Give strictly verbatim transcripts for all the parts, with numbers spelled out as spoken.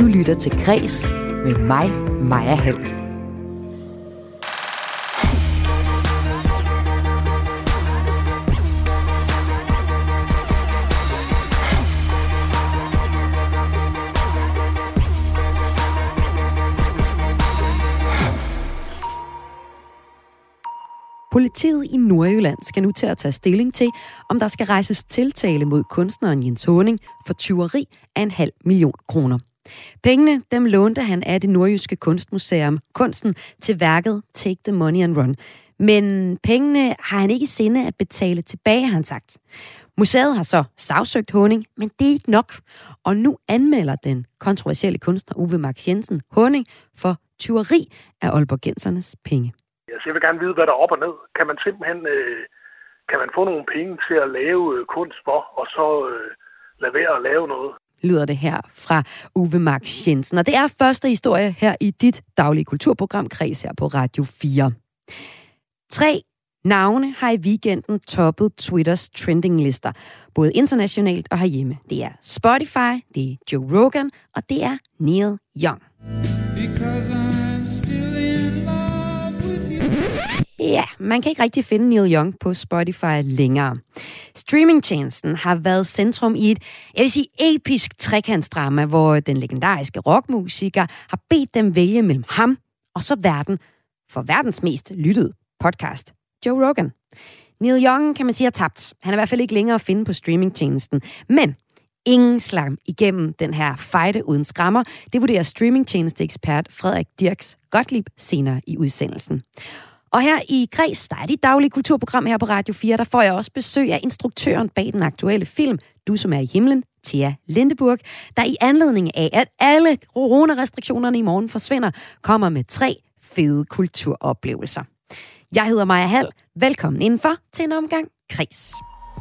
Du lytter til Græs med mig, Maja Hall. Politiet i Nordjylland skal nu til at tage stilling til, om der skal rejses tiltale mod kunstneren Jens Haaning for tyveri af en halv million kroner. Pengene, dem lånte han af det nordjyske kunstmuseum Kunsten til værket Take the Money and Run. Men pengene har han ikke i sinde at betale tilbage, har han sagt. Museet har så sagsøgt Haaning, men det er ikke nok. Og nu anmelder den kontroversielle kunstner Uwe Max Jensen Haaning for tyveri af aalborgensernes penge. Altså, jeg vil gerne vide, hvad der er op og ned. Kan man simpelthen øh, kan man få nogle penge til at lave øh, kunst for, og så øh, lade være at lave noget? Lyder det her fra Uwe Max Jensen. Og det er første historie her i dit daglige kulturprogram Kreds her på Radio fire. Tre navne har i weekenden toppet Twitters trendinglister, både internationalt og herhjemme. Det er Spotify, det er Joe Rogan, og det er Neil Young. Ja, man kan ikke rigtig finde Neil Young på Spotify længere. Streamingtjenesten har været centrum i et, jeg vil sige, episk trekantsdrama, hvor den legendariske rockmusiker har bedt dem vælge mellem ham og så verden for verdens mest lyttede podcast, Joe Rogan. Neil Young, kan man sige, har tabt. Han er i hvert fald ikke længere at finde på streamingtjenesten. Men ingen slam igennem den her fejde uden skrammer. Det vurderer streamingtjenesteekspert Frederik Dirks Gottlieb senere i udsendelsen. Og her i Græs, der er dit daglige kulturprogram her på Radio fire, der får jeg også besøg af instruktøren bag den aktuelle film, Du som er i himlen, Thea Lindeburg, der i anledning af, at alle coronarestriktionerne i morgen forsvinder, kommer med tre fede kulturoplevelser. Jeg hedder Maja Hall. Velkommen indenfor til en omgang Græs.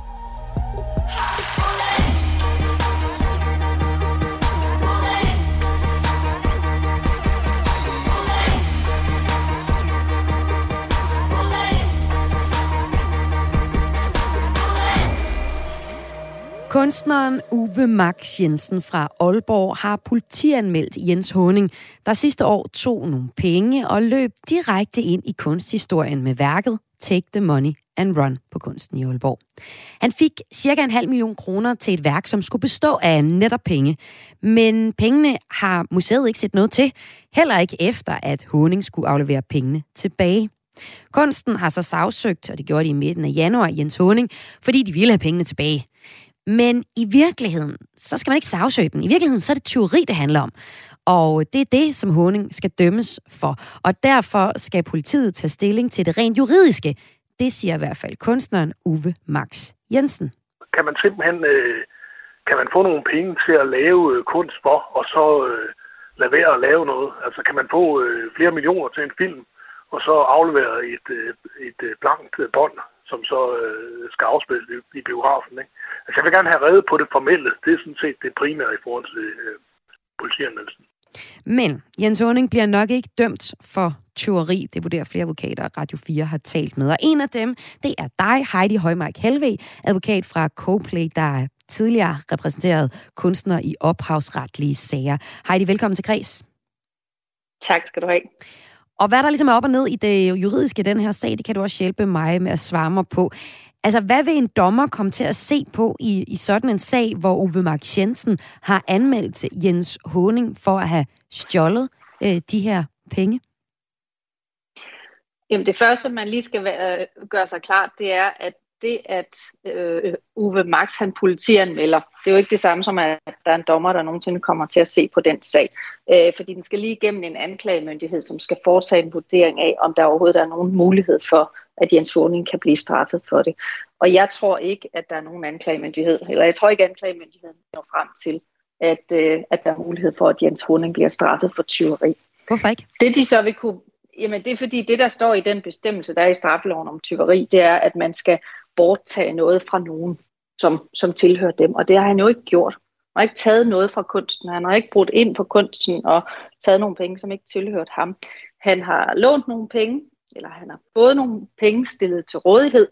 Kunstneren Uwe Max Jensen fra Aalborg har politianmeldt Jens Haaning, der sidste år tog nogle penge og løb direkte ind i kunsthistorien med værket Take the Money and Run på Kunsten i Aalborg. Han fik cirka en halv million kroner til et værk, som skulle bestå af netop penge. Men pengene har museet ikke set noget til, heller ikke efter, at Haaning skulle aflevere pengene tilbage. Kunsten har så sagsøgt, og det gjorde de i midten af januar, Jens Haaning, fordi de ville have pengene tilbage. Men i virkeligheden, så skal man ikke sagsøge dem. I virkeligheden, så er det tyveri, det handler om. Og det er det, som Haaning skal dømmes for. Og derfor skal politiet tage stilling til det rent juridiske. Det siger i hvert fald kunstneren Uwe Max Jensen. Kan man simpelthen øh, kan man få nogle penge til at lave øh, kunst for, og så øh, lade være at lave noget? Altså kan man få øh, flere millioner til en film, og så aflevere et, øh, et øh, blankt øh, bånd, som så øh, skal afspilles i, i biografen, ikke? Altså, jeg vil gerne have reddet på det formelle. Det er sådan set det primære i forhold til øh, politianmeldelsen. Men Jens Haaning bliver nok ikke dømt for tyveri. Det vurderer flere advokater, Radio fire har talt med. Og en af dem, det er dig, Heidi Højmark Helve, advokat fra Coplay, der tidligere repræsenteret kunstnere i ophavsretlige sager. Heidi, velkommen til Græs. Tak skal du have. Og hvad der ligesom er op og ned i det juridiske i den her sag, det kan du også hjælpe mig med at svare mig på. Altså, hvad vil en dommer komme til at se på i, i sådan en sag, hvor Uwe Max Jensen har anmeldt Jens Haaning for at have stjålet øh, de her penge? Jamen, det første, man lige skal være, gøre sig klart, det er, at det, at øh, Uwe Max han politianmelder, det er jo ikke det samme som, at der er en dommer, der nogensinde kommer til at se på den sag. Øh, fordi den skal lige igennem en anklagemyndighed, som skal foretage en vurdering af, om der overhovedet er nogen mulighed for, at Jens Haaning kan blive straffet for det. Og jeg tror ikke, at der er nogen anklagemyndighed, eller jeg tror ikke, at anklagemyndigheden når frem til, at, øh, at der er mulighed for, at Jens Haaning bliver straffet for tyveri. Hvorfor ikke? Det de så vil kunne... Jamen det er fordi, det der står i den bestemmelse, der er i straffeloven om tyveri, det er, at man skal borttage noget fra nogen, som, som tilhører dem. Og det har han jo ikke gjort. Han har ikke taget noget fra kunsten. Han har ikke brudt ind på kunsten og taget nogle penge, som ikke tilhørte ham. Han har lånt nogle penge, eller han har fået nogle penge stillet til rådighed,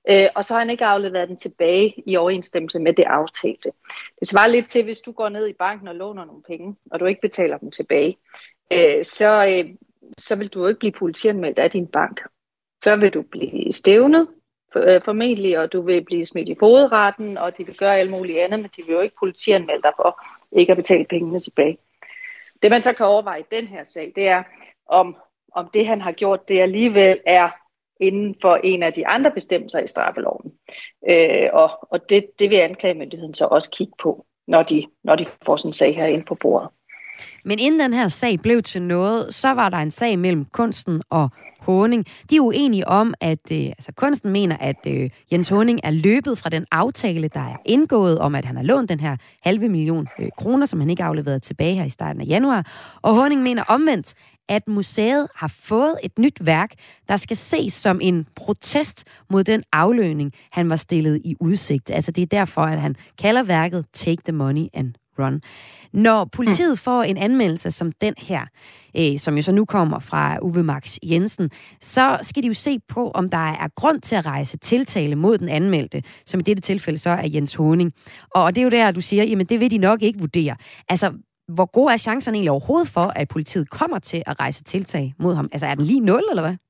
øh, og så har han ikke afleveret den tilbage i overensstemmelse med det aftalte. Det svarer lidt til, hvis du går ned i banken og låner nogle penge, og du ikke betaler dem tilbage, øh, så, øh, så vil du jo ikke blive politianmeldt af din bank. Så vil du blive stævnet, for, øh, formentlig, og du vil blive smidt i fogedretten, og de vil gøre alt muligt andet, men de vil jo ikke politianmelde dig for ikke at betale pengene tilbage. Det man så kan overveje i den her sag, det er, om, om det han har gjort, det alligevel er inden for en af de andre bestemmelser i straffeloven. Øh, og og det, det vil anklagemyndigheden så også kigge på, når de, når de får sådan en sag herinde på bordet. Men inden den her sag blev til noget, så var der en sag mellem Kunsten og Haaning. De er uenige om, at øh, altså Kunsten mener, at øh, Jens Haaning er løbet fra den aftale, der er indgået om, at han har lånt den her halve million øh, kroner, som han ikke afleveret tilbage her i starten af januar. Og Haaning mener omvendt, at museet har fået et nyt værk, der skal ses som en protest mod den aflønning, han var stillet i udsigt. Altså det er derfor, at han kalder værket Take the Money and Run. Når politiet får en anmeldelse som den her, øh, som jo så nu kommer fra Uwe Max Jensen, så skal de jo se på, om der er grund til at rejse tiltale mod den anmeldte, som i dette tilfælde så er Jens Haaning. Og det er jo der, du siger, jamen det vil de nok ikke vurdere. Altså, hvor gode er chancerne egentlig overhovedet for, at politiet kommer til at rejse tiltag mod ham? Altså, er den lige nul, eller hvad?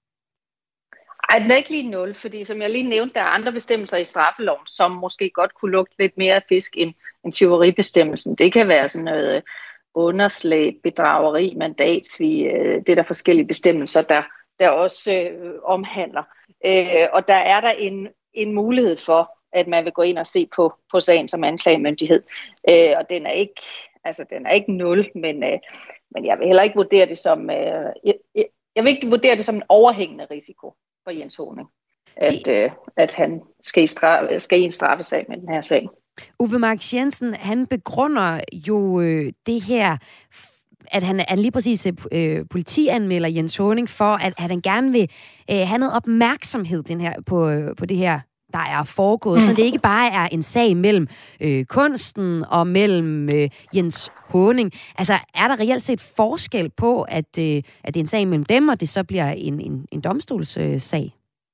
Ej, den er ikke lige nul, fordi som jeg lige nævnte, der er andre bestemmelser i straffeloven, som måske godt kunne lugte lidt mere af fisk end, end tyveribestemmelsen. Det kan være sådan noget underslag, bedrageri, mandatsvig, det er der forskellige bestemmelser, der, der også øh, omhandler. Øh, og der er der en, en mulighed for, at man vil gå ind og se på, på sagen som anklagemyndighed. Øh, og den er ikke, altså, den er ikke nul, men, øh, men jeg vil heller ikke vurdere det som, øh, jeg, jeg, jeg vil ikke vurdere det som en overhængende risiko for Jens Haaning, at, øh, at han skal i, straf, skal i en straffesag med den her sag. Uwe Max Jensen, han begrunder jo øh, det her, at han er lige præcis øh, politianmelder Jens Haaning for, at, at han gerne vil øh, have noget opmærksomhed den her, på, øh, på det her, der er foregået, mm. så det ikke bare er en sag mellem øh, Kunsten og mellem øh, Jens Haaning. Altså, er der reelt set forskel på, at, øh, at det er en sag mellem dem, og det så bliver en, en, en domstolssag? Øh,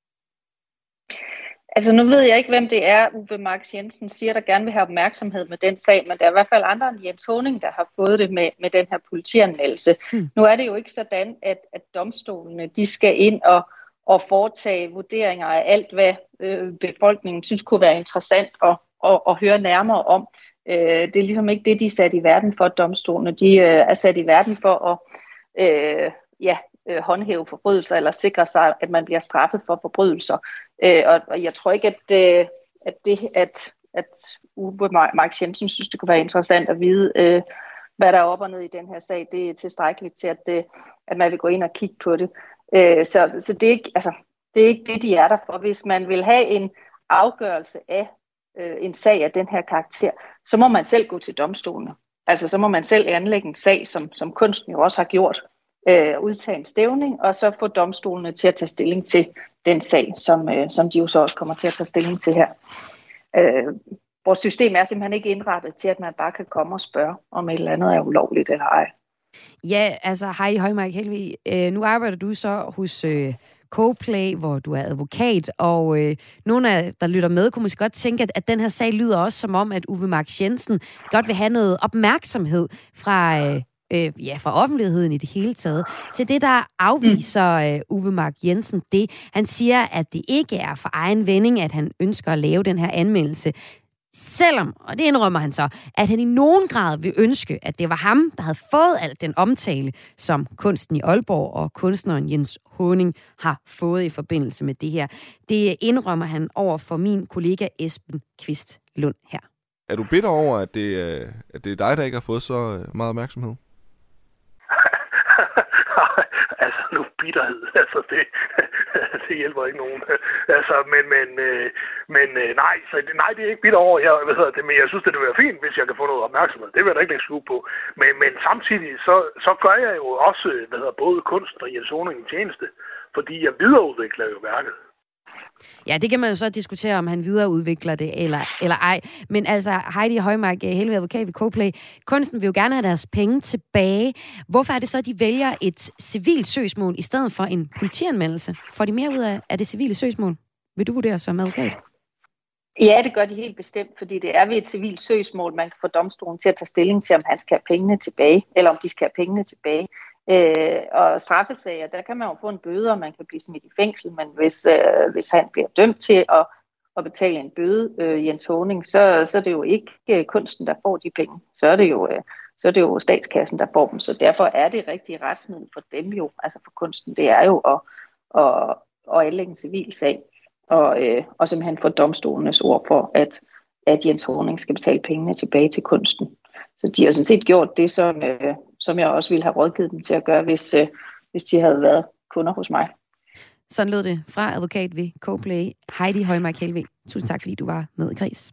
altså, nu ved jeg ikke, hvem det er, Uwe Max Jensen siger, der gerne vil have opmærksomhed med den sag, men der er i hvert fald andre end Jens Haaning, der har fået det med, med den her politianmeldelse. Mm. Nu er det jo ikke sådan, at, at domstolene, de skal ind og og foretage vurderinger af alt, hvad øh, befolkningen synes kunne være interessant at, at, at høre nærmere om. Øh, det er ligesom ikke det, de er sat i verden for, domstolene. De øh, er sat i verden for at øh, ja, øh, håndhæve forbrydelser, eller sikre sig, at man bliver straffet for forbrydelser. Øh, og, og jeg tror ikke, at, øh, at det, at, at Uwe Max Jensen synes, det kunne være interessant at vide, øh, hvad der er op og ned i den her sag, det er tilstrækkeligt til, at, øh, at man vil gå ind og kigge på det. Så, så det, er ikke, altså, det er ikke det, de er der for. Hvis man vil have en afgørelse af øh, en sag af den her karakter, så må man selv gå til domstolene. Altså så må man selv anlægge en sag, som, som Kunsten jo også har gjort, øh, udtage en stævning, og så få domstolene til at tage stilling til den sag, som, øh, som de jo så også kommer til at tage stilling til her. Øh, vores system er simpelthen ikke indrettet til, at man bare kan komme og spørge, om et eller andet er ulovligt eller ej. Ja, altså Heidi Højmark Helvig, øh, nu arbejder du så hos øh, CoPlay, hvor du er advokat, og øh, nogle af der lytter med, kunne måske godt tænke, at, at den her sag lyder også som om, at Uwe Max Jensen godt vil have noget opmærksomhed fra, øh, øh, ja, fra offentligheden i det hele taget. Til det, der afviser øh, Uwe Max Jensen det, han siger, at det ikke er for egen vending, at han ønsker at lave den her anmeldelse. Selvom, og det indrømmer han så, at han i nogen grad vil ønske, at det var ham, der havde fået alt den omtale, som Kunsten i Aalborg og kunstneren Jens Haaning har fået i forbindelse med det her. Det indrømmer han over for min kollega Esben Kvist Lund her. Er du bitter over, at det, at det er dig, der ikke har fået så meget opmærksomhed? Altså, nu bitterhed, altså det, det hjælper ikke nogen. Altså, men, men, men nej, så det, nej, det er ikke bitter over, jeg, hvad hedder det, men jeg synes, det ville være fint, hvis jeg kan få noget opmærksomhed. Det vil jeg da ikke lægge skue på. Men, men samtidig, så, så gør jeg jo også, hvad hedder, både kunst og Jens Haaning en tjeneste, fordi jeg videreudvikler jo værket. Ja, det kan man jo så diskutere, om han videreudvikler det eller, eller ej. Men altså, Heidi Højmark, Helvig advokat ved CoPlay, Kunsten vil jo gerne have deres penge tilbage. Hvorfor er det så, at de vælger et civilt søgsmål i stedet for en politianmeldelse? Får de mere ud af, af det civile søgsmål? vil du vurdere som advokat? Ja, det gør de helt bestemt, fordi det er ved et civilt søgsmål, man kan få domstolen til at tage stilling til, om han skal have pengene tilbage, eller om de skal have pengene tilbage. Øh, og straffesager, der kan man jo få en bøde, og man kan blive smidt i fængsel, men hvis, øh, hvis han bliver dømt til at, at betale en bøde, øh, Jens Håning, så, så er det jo ikke øh, kunsten, der får de penge. Så er det jo, øh, så er det jo statskassen, der får dem. Så derfor er det rigtige retsmiddel for dem jo, altså for kunsten, det er jo at, at, at anlægge en civil sag, og, øh, og simpelthen få domstolenes ord for, at, at Jens Håning skal betale pengene tilbage til kunsten. Så de har sådan set gjort det, som, øh, som jeg også ville have rådgivet dem til at gøre, hvis, øh, hvis de havde været kunder hos mig. Sådan lød det fra advokat ved Coplay, Heidi Højmark Helve. Tusind tak, fordi du var med i Kreds.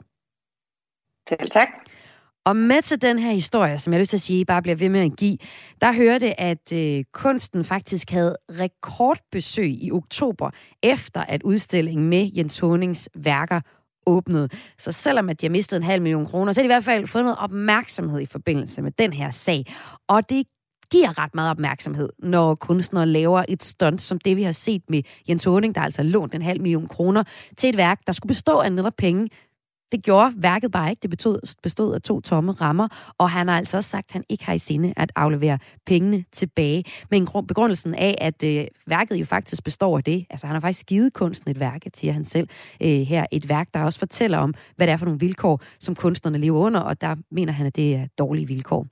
Selv tak. Og med til den her historie, som jeg har lyst til at sige, bare bliver ved med at give, der hørte, at øh, kunsten faktisk havde rekordbesøg i oktober, efter at udstillingen med Jens Hånings værker åbnede. Så selvom at de har mistet en halv million kroner, så har de i hvert fald fået noget opmærksomhed i forbindelse med den her sag. Og det giver ret meget opmærksomhed, når kunstnere laver et stunt, som det vi har set med Jens Håning, der altså lånt en halv million kroner til et værk, der skulle bestå af netop penge. Det gjorde værket bare ikke. Det bestod, bestod af to tomme rammer, og han har altså også sagt, at han ikke har i sinde at aflevere pengene tilbage. Men begrundelsen af, at øh, værket jo faktisk består af det, altså han har faktisk givet kunsten et værk, siger han selv øh, her, et værk, der også fortæller om, hvad det er for nogle vilkår, som kunstnerne lever under, og der mener han, at det er dårlige vilkår.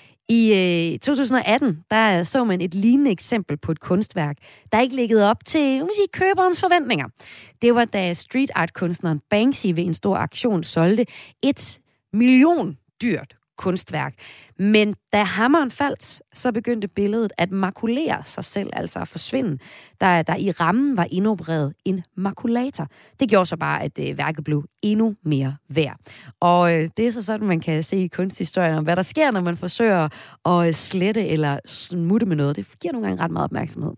I øh, to tusind atten, der så man et lignende eksempel på et kunstværk, der ikke liggede op til man sige, køberens forventninger. Det var, da street art-kunstneren Banksy ved en stor aktion solgte et million dyrt kunstværk. Men da hammeren faldt, så begyndte billedet at makulere sig selv, altså at forsvinde, da der i rammen var indopereret en makulator. Det gjorde så bare, at øh, værket blev endnu mere værd. Og øh, det er så sådan, man kan se i kunsthistorien om, hvad der sker, når man forsøger at slette eller smutte med noget. Det giver nogle gange ret meget opmærksomhed.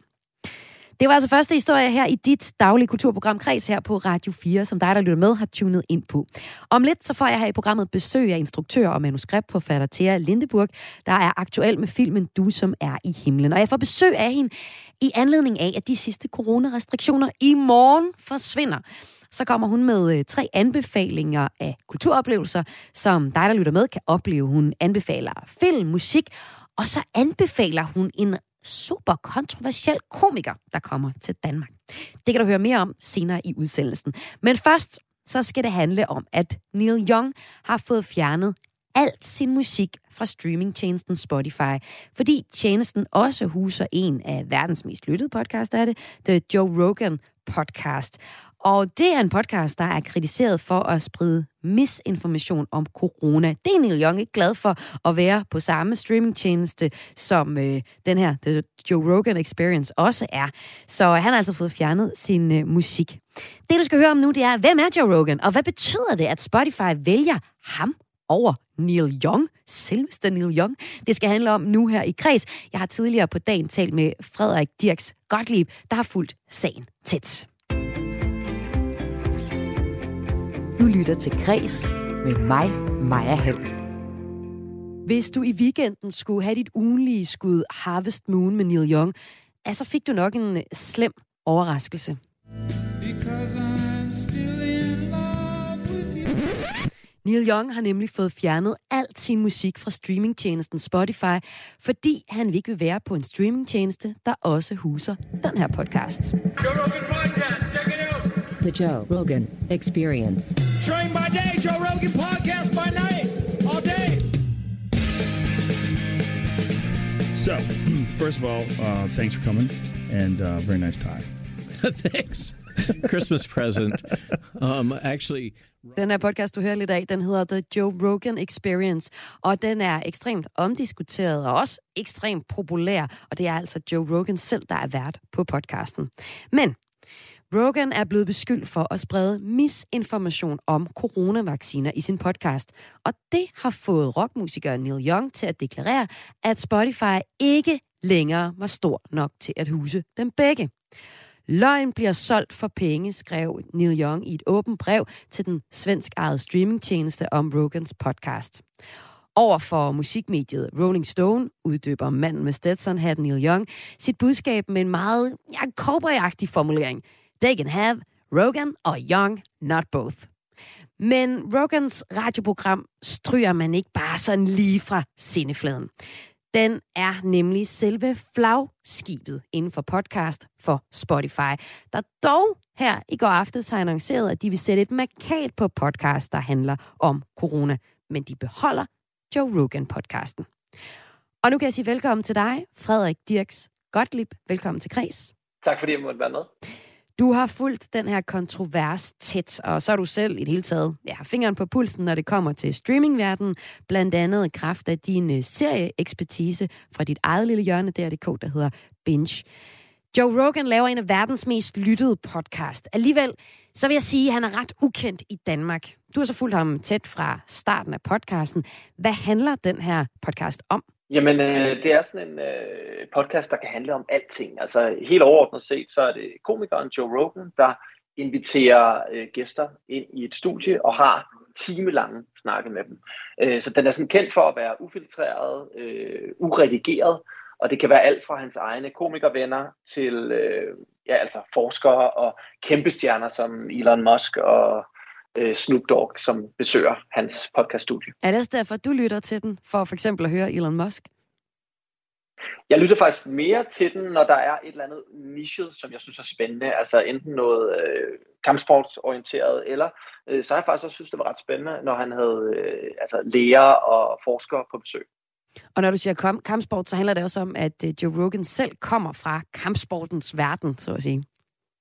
Det var altså første historie her i dit daglige kulturprogram Kreds her på Radio fire, som dig, der lytter med, har tunet ind på. Om lidt så får jeg her i programmet besøg af instruktør og manuskriptforfatter Thea Lindeburg, der er aktuel med filmen Du, som er i himlen. Og jeg får besøg af hende i anledning af, at de sidste coronarestriktioner i morgen forsvinder. Så kommer hun med øh, tre anbefalinger af kulturoplevelser, som dig, der lytter med, kan opleve. Hun anbefaler film, musik, og så anbefaler hun en super kontroversiel komiker, der kommer til Danmark. Det kan du høre mere om senere i udsendelsen. Men først så skal det handle om, at Neil Young har fået fjernet alt sin musik fra streamingtjenesten Spotify, fordi tjenesten også huser en af verdens mest lyttede podcast, er det, The Joe Rogan Podcast. Og det er en podcast, der er kritiseret for at sprede misinformation om corona. Det er Neil Young ikke glad for at være på samme streamingtjeneste, som øh, den her The Joe Rogan Experience også er. Så han har altså fået fjernet sin øh, musik. Det, du skal høre om nu, det er, hvem er Joe Rogan? Og hvad betyder det, at Spotify vælger ham over Neil Young, selveste Neil Young? Det skal handle om nu her i Kreds. Jeg har tidligere på dagen talt med Frederik Dirks Gottlieb, der har fulgt sagen tæt. Du lytter til Kreds med mig, Maja Hall. Hvis du i weekenden skulle have dit ugenlige skud Harvest Moon med Neil Young, altså fik du nok en slem overraskelse. Neil Young har nemlig fået fjernet alt sin musik fra streamingtjenesten Spotify, fordi han ikke vil være på en streamingtjeneste, der også huser den her podcast. Joe Rogan Podcast, check it out! The Joe Rogan Experience. Train by day, Joe Rogan Podcast by night, all day. So, first of all, uh, thanks for coming, and uh, very nice tie. Thanks. Christmas present. Um, actually... Den her podcast, du hører lidt af, den hedder The Joe Rogan Experience, og den er ekstremt omdiskuteret og også ekstremt populær, og det er altså Joe Rogan selv, der er vært på podcasten. Men Rogan er blevet beskyldt for at sprede misinformation om coronavacciner i sin podcast, og det har fået rockmusikeren Neil Young til at deklarere, at Spotify ikke længere var stor nok til at huse dem begge. Løgn bliver solgt for penge, skrev Neil Young i et åbent brev til den svensk ejede streamingtjeneste om Rogans podcast. Overfor musikmediet Rolling Stone uddøber manden med Stetson-hatten Neil Young sit budskab med en meget ja, cowboyagtig formulering. They can have Rogan og Young, not both. Men Rogans radioprogram stryger man ikke bare sådan lige fra sindefladen. Den er nemlig selve flagskibet inden for podcast for Spotify, der dog her i går aftes har annonceret, at de vil sætte et markat på podcast, der handler om corona. Men de beholder Joe Rogan-podcasten. Og nu kan jeg sige velkommen til dig, Frederik Dirks Gottlieb. Velkommen til Kreds. Tak fordi jeg måtte være med. Du har fulgt den her kontrovers tæt, og så er du selv i det hele taget ja, har fingeren på pulsen, når det kommer til streamingverdenen, blandt andet i kraft af din serieekspertise fra dit eget lille hjørne, D R punktum D K, der hedder Binge. Joe Rogan laver en af verdens mest lyttede podcast. Alligevel, så vil jeg sige, at han er ret ukendt i Danmark. Du har så fulgt ham tæt fra starten af podcasten. Hvad handler den her podcast om? Jamen, øh, det er sådan en øh, podcast, der kan handle om alting. Altså, helt overordnet set, så er det komikeren Joe Rogan, der inviterer øh, gæster ind i et studie og har timelange snakke med dem. Øh, så den er sådan kendt for at være ufiltreret, øh, uredigeret, og det kan være alt fra hans egne komikervenner til øh, ja, altså forskere og kæmpestjerner som Elon Musk og øh, Snoop Dogg, som besøger hans podcaststudie. Er det også derfor, du lytter til den, for for eksempel at høre Elon Musk? Jeg lytter faktisk mere til den, når der er et eller andet nichet, som jeg synes er spændende. Altså enten noget øh, kampsportsorienteret, eller øh, så har jeg faktisk også synes, det var ret spændende, når han havde øh, altså læger og forskere på besøg. Og når du siger kom- kampsport, så handler det også om, at øh, Joe Rogan selv kommer fra kampsportens verden, så at sige.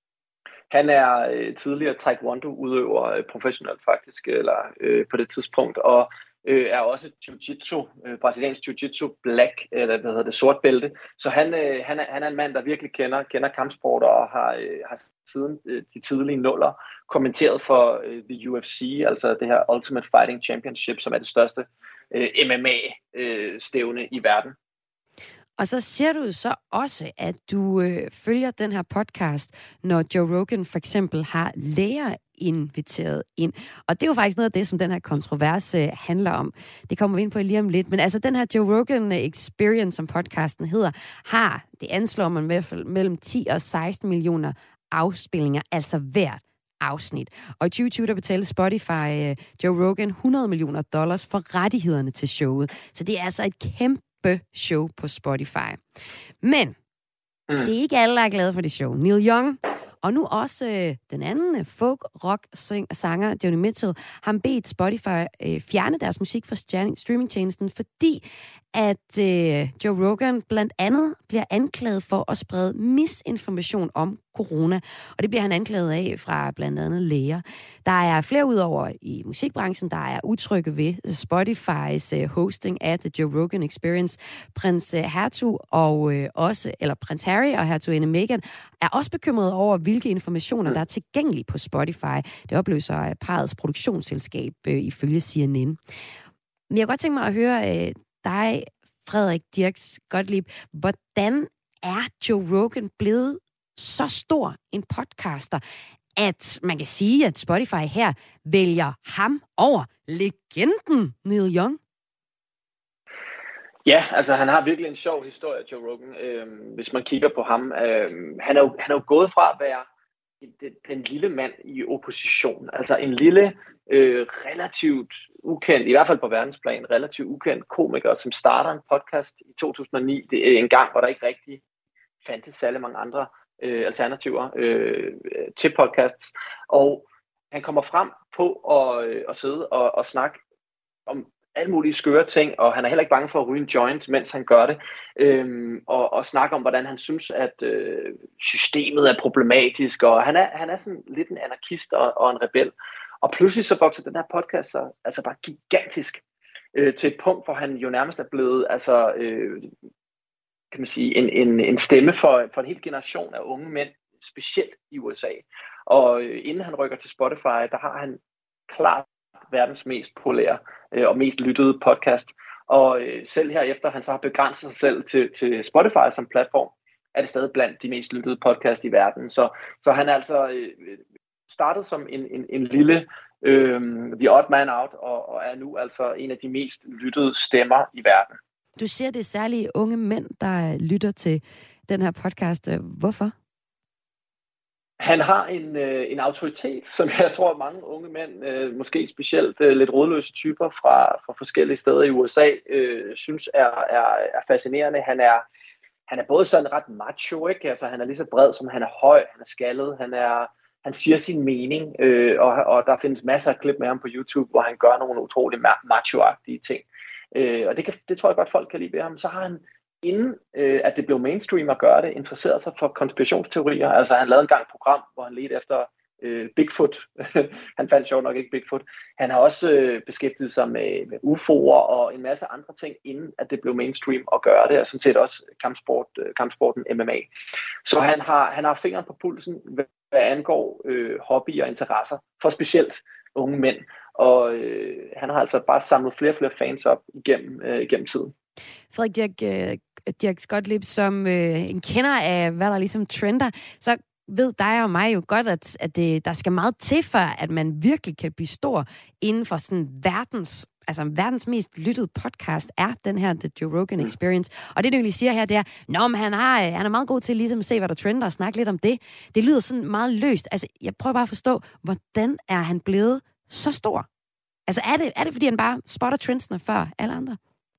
Han er øh, tidligere taekwondo-udøver øh, professionelt faktisk, eller øh, på det tidspunkt, og øh, er også jiu-jitsu, øh, brasiliansk jiu-jitsu black, eller hvad hedder det, sort bælte. Så han, øh, han, er, han er en mand, der virkelig kender, kender kampsport, og har, øh, har siden øh, de tidlige nuller kommenteret for øh, the U F C, altså det her Ultimate Fighting Championship, som er det største øh, M M A-stævne øh, i verden. Og så siger du så også, at du øh, følger den her podcast, når Joe Rogan for eksempel har læger inviteret ind. Og det er jo faktisk noget af det, som den her kontrovers øh, handler om. Det kommer vi ind på lige om lidt. Men altså den her Joe Rogan Experience, som podcasten hedder, har, det anslår man i hvert fald mellem ti og seksten millioner afspilninger, altså hvert afsnit. Og i tyve tyve der betalte Spotify øh, Joe Rogan hundrede millioner dollars for rettighederne til showet. Så det er altså et kæmpe show på Spotify. Men mm. det er ikke alle, der er glade for det show. Neil Young og nu også øh, den anden folk-rock-sanger, Joni Mitchell, har bedt Spotify øh, fjerne deres musik fra streamingtjenesten, fordi at øh, Joe Rogan blandt andet bliver anklaget for at sprede misinformation om corona. Og det bliver han anklaget af fra blandt andet læger. Der er flere udover i musikbranchen, der er utrygge ved Spotifys øh, hosting af The Joe Rogan Experience. Prins øh, Hertug og øh, også, eller Prins Harry og hertuginde Meghan er også bekymrede over, hvilke informationer, der er tilgængelige på Spotify. Det oplyser parrets produktionsselskab øh, ifølge C N N. Men jeg kunne godt tænke mig at høre øh, dig, Frederik Dirks Gottlieb, hvordan er Joe Rogan blevet så stor en podcaster, at man kan sige, at Spotify her vælger ham over legenden Neil Young? Ja, altså han har virkelig en sjov historie, Joe Rogan, øhm, hvis man kigger på ham. Øhm, han, er jo, han er jo gået fra at være den, den lille mand i opposition, altså en lille, øh, relativt ukendt, i hvert fald på verdensplan, relativt ukendt komiker, som starter en podcast i to tusind og ni. Det er en gang, hvor der ikke rigtig fandtes særlig mange andre øh, alternativer øh, til podcasts. Og han kommer frem på at, øh, at sidde og, og snakke om alle mulige skøre ting, og han er heller ikke bange for at ryge en joint, mens han gør det, øhm, og, og snakke om, hvordan han synes, at øh, systemet er problematisk, og han er, han er sådan lidt en anarkist og, og en rebel. Og pludselig så vokser den her podcast så, altså bare gigantisk, øh, til et punkt, hvor han jo nærmest er blevet, altså, øh, kan man sige, en, en, en stemme for, for en hel generation af unge mænd, specielt i U S A. Og øh, inden han rykker til Spotify, der har han klart verdens mest populære øh, og mest lyttede podcast. Og øh, selv herefter han så har begrænset sig selv til, til Spotify som platform, er det stadig blandt de mest lyttede podcast i verden. Så, så han er altså øh, startet som en, en, en lille øh, the odd man out, og, og er nu altså en af de mest lyttede stemmer i verden. Du siger, det er særlige unge mænd, der lytter til den her podcast. Hvorfor? Han har en, øh, en autoritet, som jeg tror, at mange unge mænd, øh, måske specielt øh, lidt rådløse typer fra, fra forskellige steder i U S A, øh, synes er, er, er fascinerende. Han er, han er både sådan ret macho, ikke? Altså, han er lige så bred, som han er høj, han er skaldet, han, er, han siger sin mening, øh, og, og der findes masser af klip med ham på YouTube, hvor han gør nogle utrolig macho-agtige ting. Øh, og det, kan, det tror jeg godt, folk kan lide ved ham. Så har han, inden øh, at det blev mainstream at gøre det, interesseret sig for konspirationsteorier. Altså han lavede engang et program, hvor han ledte efter øh, Bigfoot. Han fandt sjovt nok ikke Bigfoot. Han har også øh, beskæftiget sig med, med U F O'er og en masse andre ting, inden at det blev mainstream at gøre det, og sådan set også kampsport, øh, kampsporten M M A. Så han har, han har fingeren på pulsen, hvad angår øh, hobbyer og interesser, for specielt unge mænd. Og øh, han har altså bare samlet flere og flere fans op igennem, øh, igennem tiden. Frederik Dirk, øh, Dirk Skotlib, som øh, en kender af, hvad der ligesom trender, så ved dig og mig jo godt, at, at det, der skal meget til, for at man virkelig kan blive stor inden for sådan verdens, altså verdens mest lyttede podcast er den her The Joe Rogan Experience. Mm. Og det, du egentlig siger her, det er, nå, men han, har, han er meget god til ligesom at se, hvad der trender og snakke lidt om det. Det lyder sådan meget løst. Altså, jeg prøver bare at forstå, hvordan er han blevet så stor? Altså, er det, er det fordi han bare spotter trendsene før alle andre?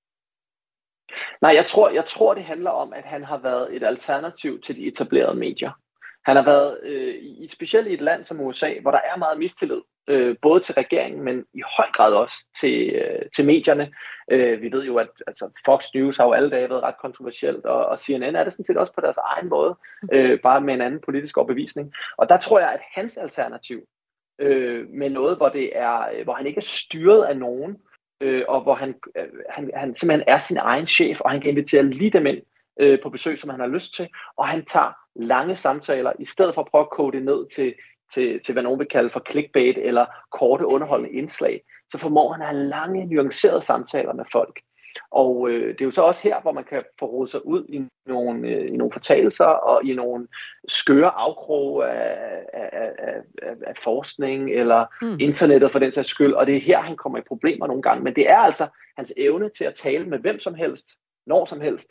Nej, jeg tror, jeg tror, det handler om, at han har været et alternativ til de etablerede medier. Han har været, øh, i, specielt i et land som U S A, hvor der er meget mistillid, øh, både til regeringen, men i høj grad også til, øh, til medierne. Øh, vi ved jo, at altså, Fox News har jo alle dage været ret kontroversielt, og, og C N N er det sådan set også på deres egen måde, øh, bare med en anden politisk overbevisning. Og der tror jeg, at hans alternativ, øh, med noget, hvor, det er, hvor han ikke er styret af nogen, øh, og hvor han, øh, han, han simpelthen er sin egen chef, og han kan invitere lige dem ind øh, på besøg, som han har lyst til, og han tager lange samtaler, i stedet for at prøve at kode det ned til, til, til hvad nogen vil kalde for clickbait, eller korte underholdende indslag, så formår han at have lange, nuancerede samtaler med folk. Og øh, det er jo så også her, hvor man kan få rodet sig ud i nogle, øh, i nogle fortalelser og i nogle skøre afkrog af, af, af, af, af forskning eller mm. internettet for den sags skyld. Og det er her, han kommer i problemer nogle gange. Men det er altså hans evne til at tale med hvem som helst, når som helst.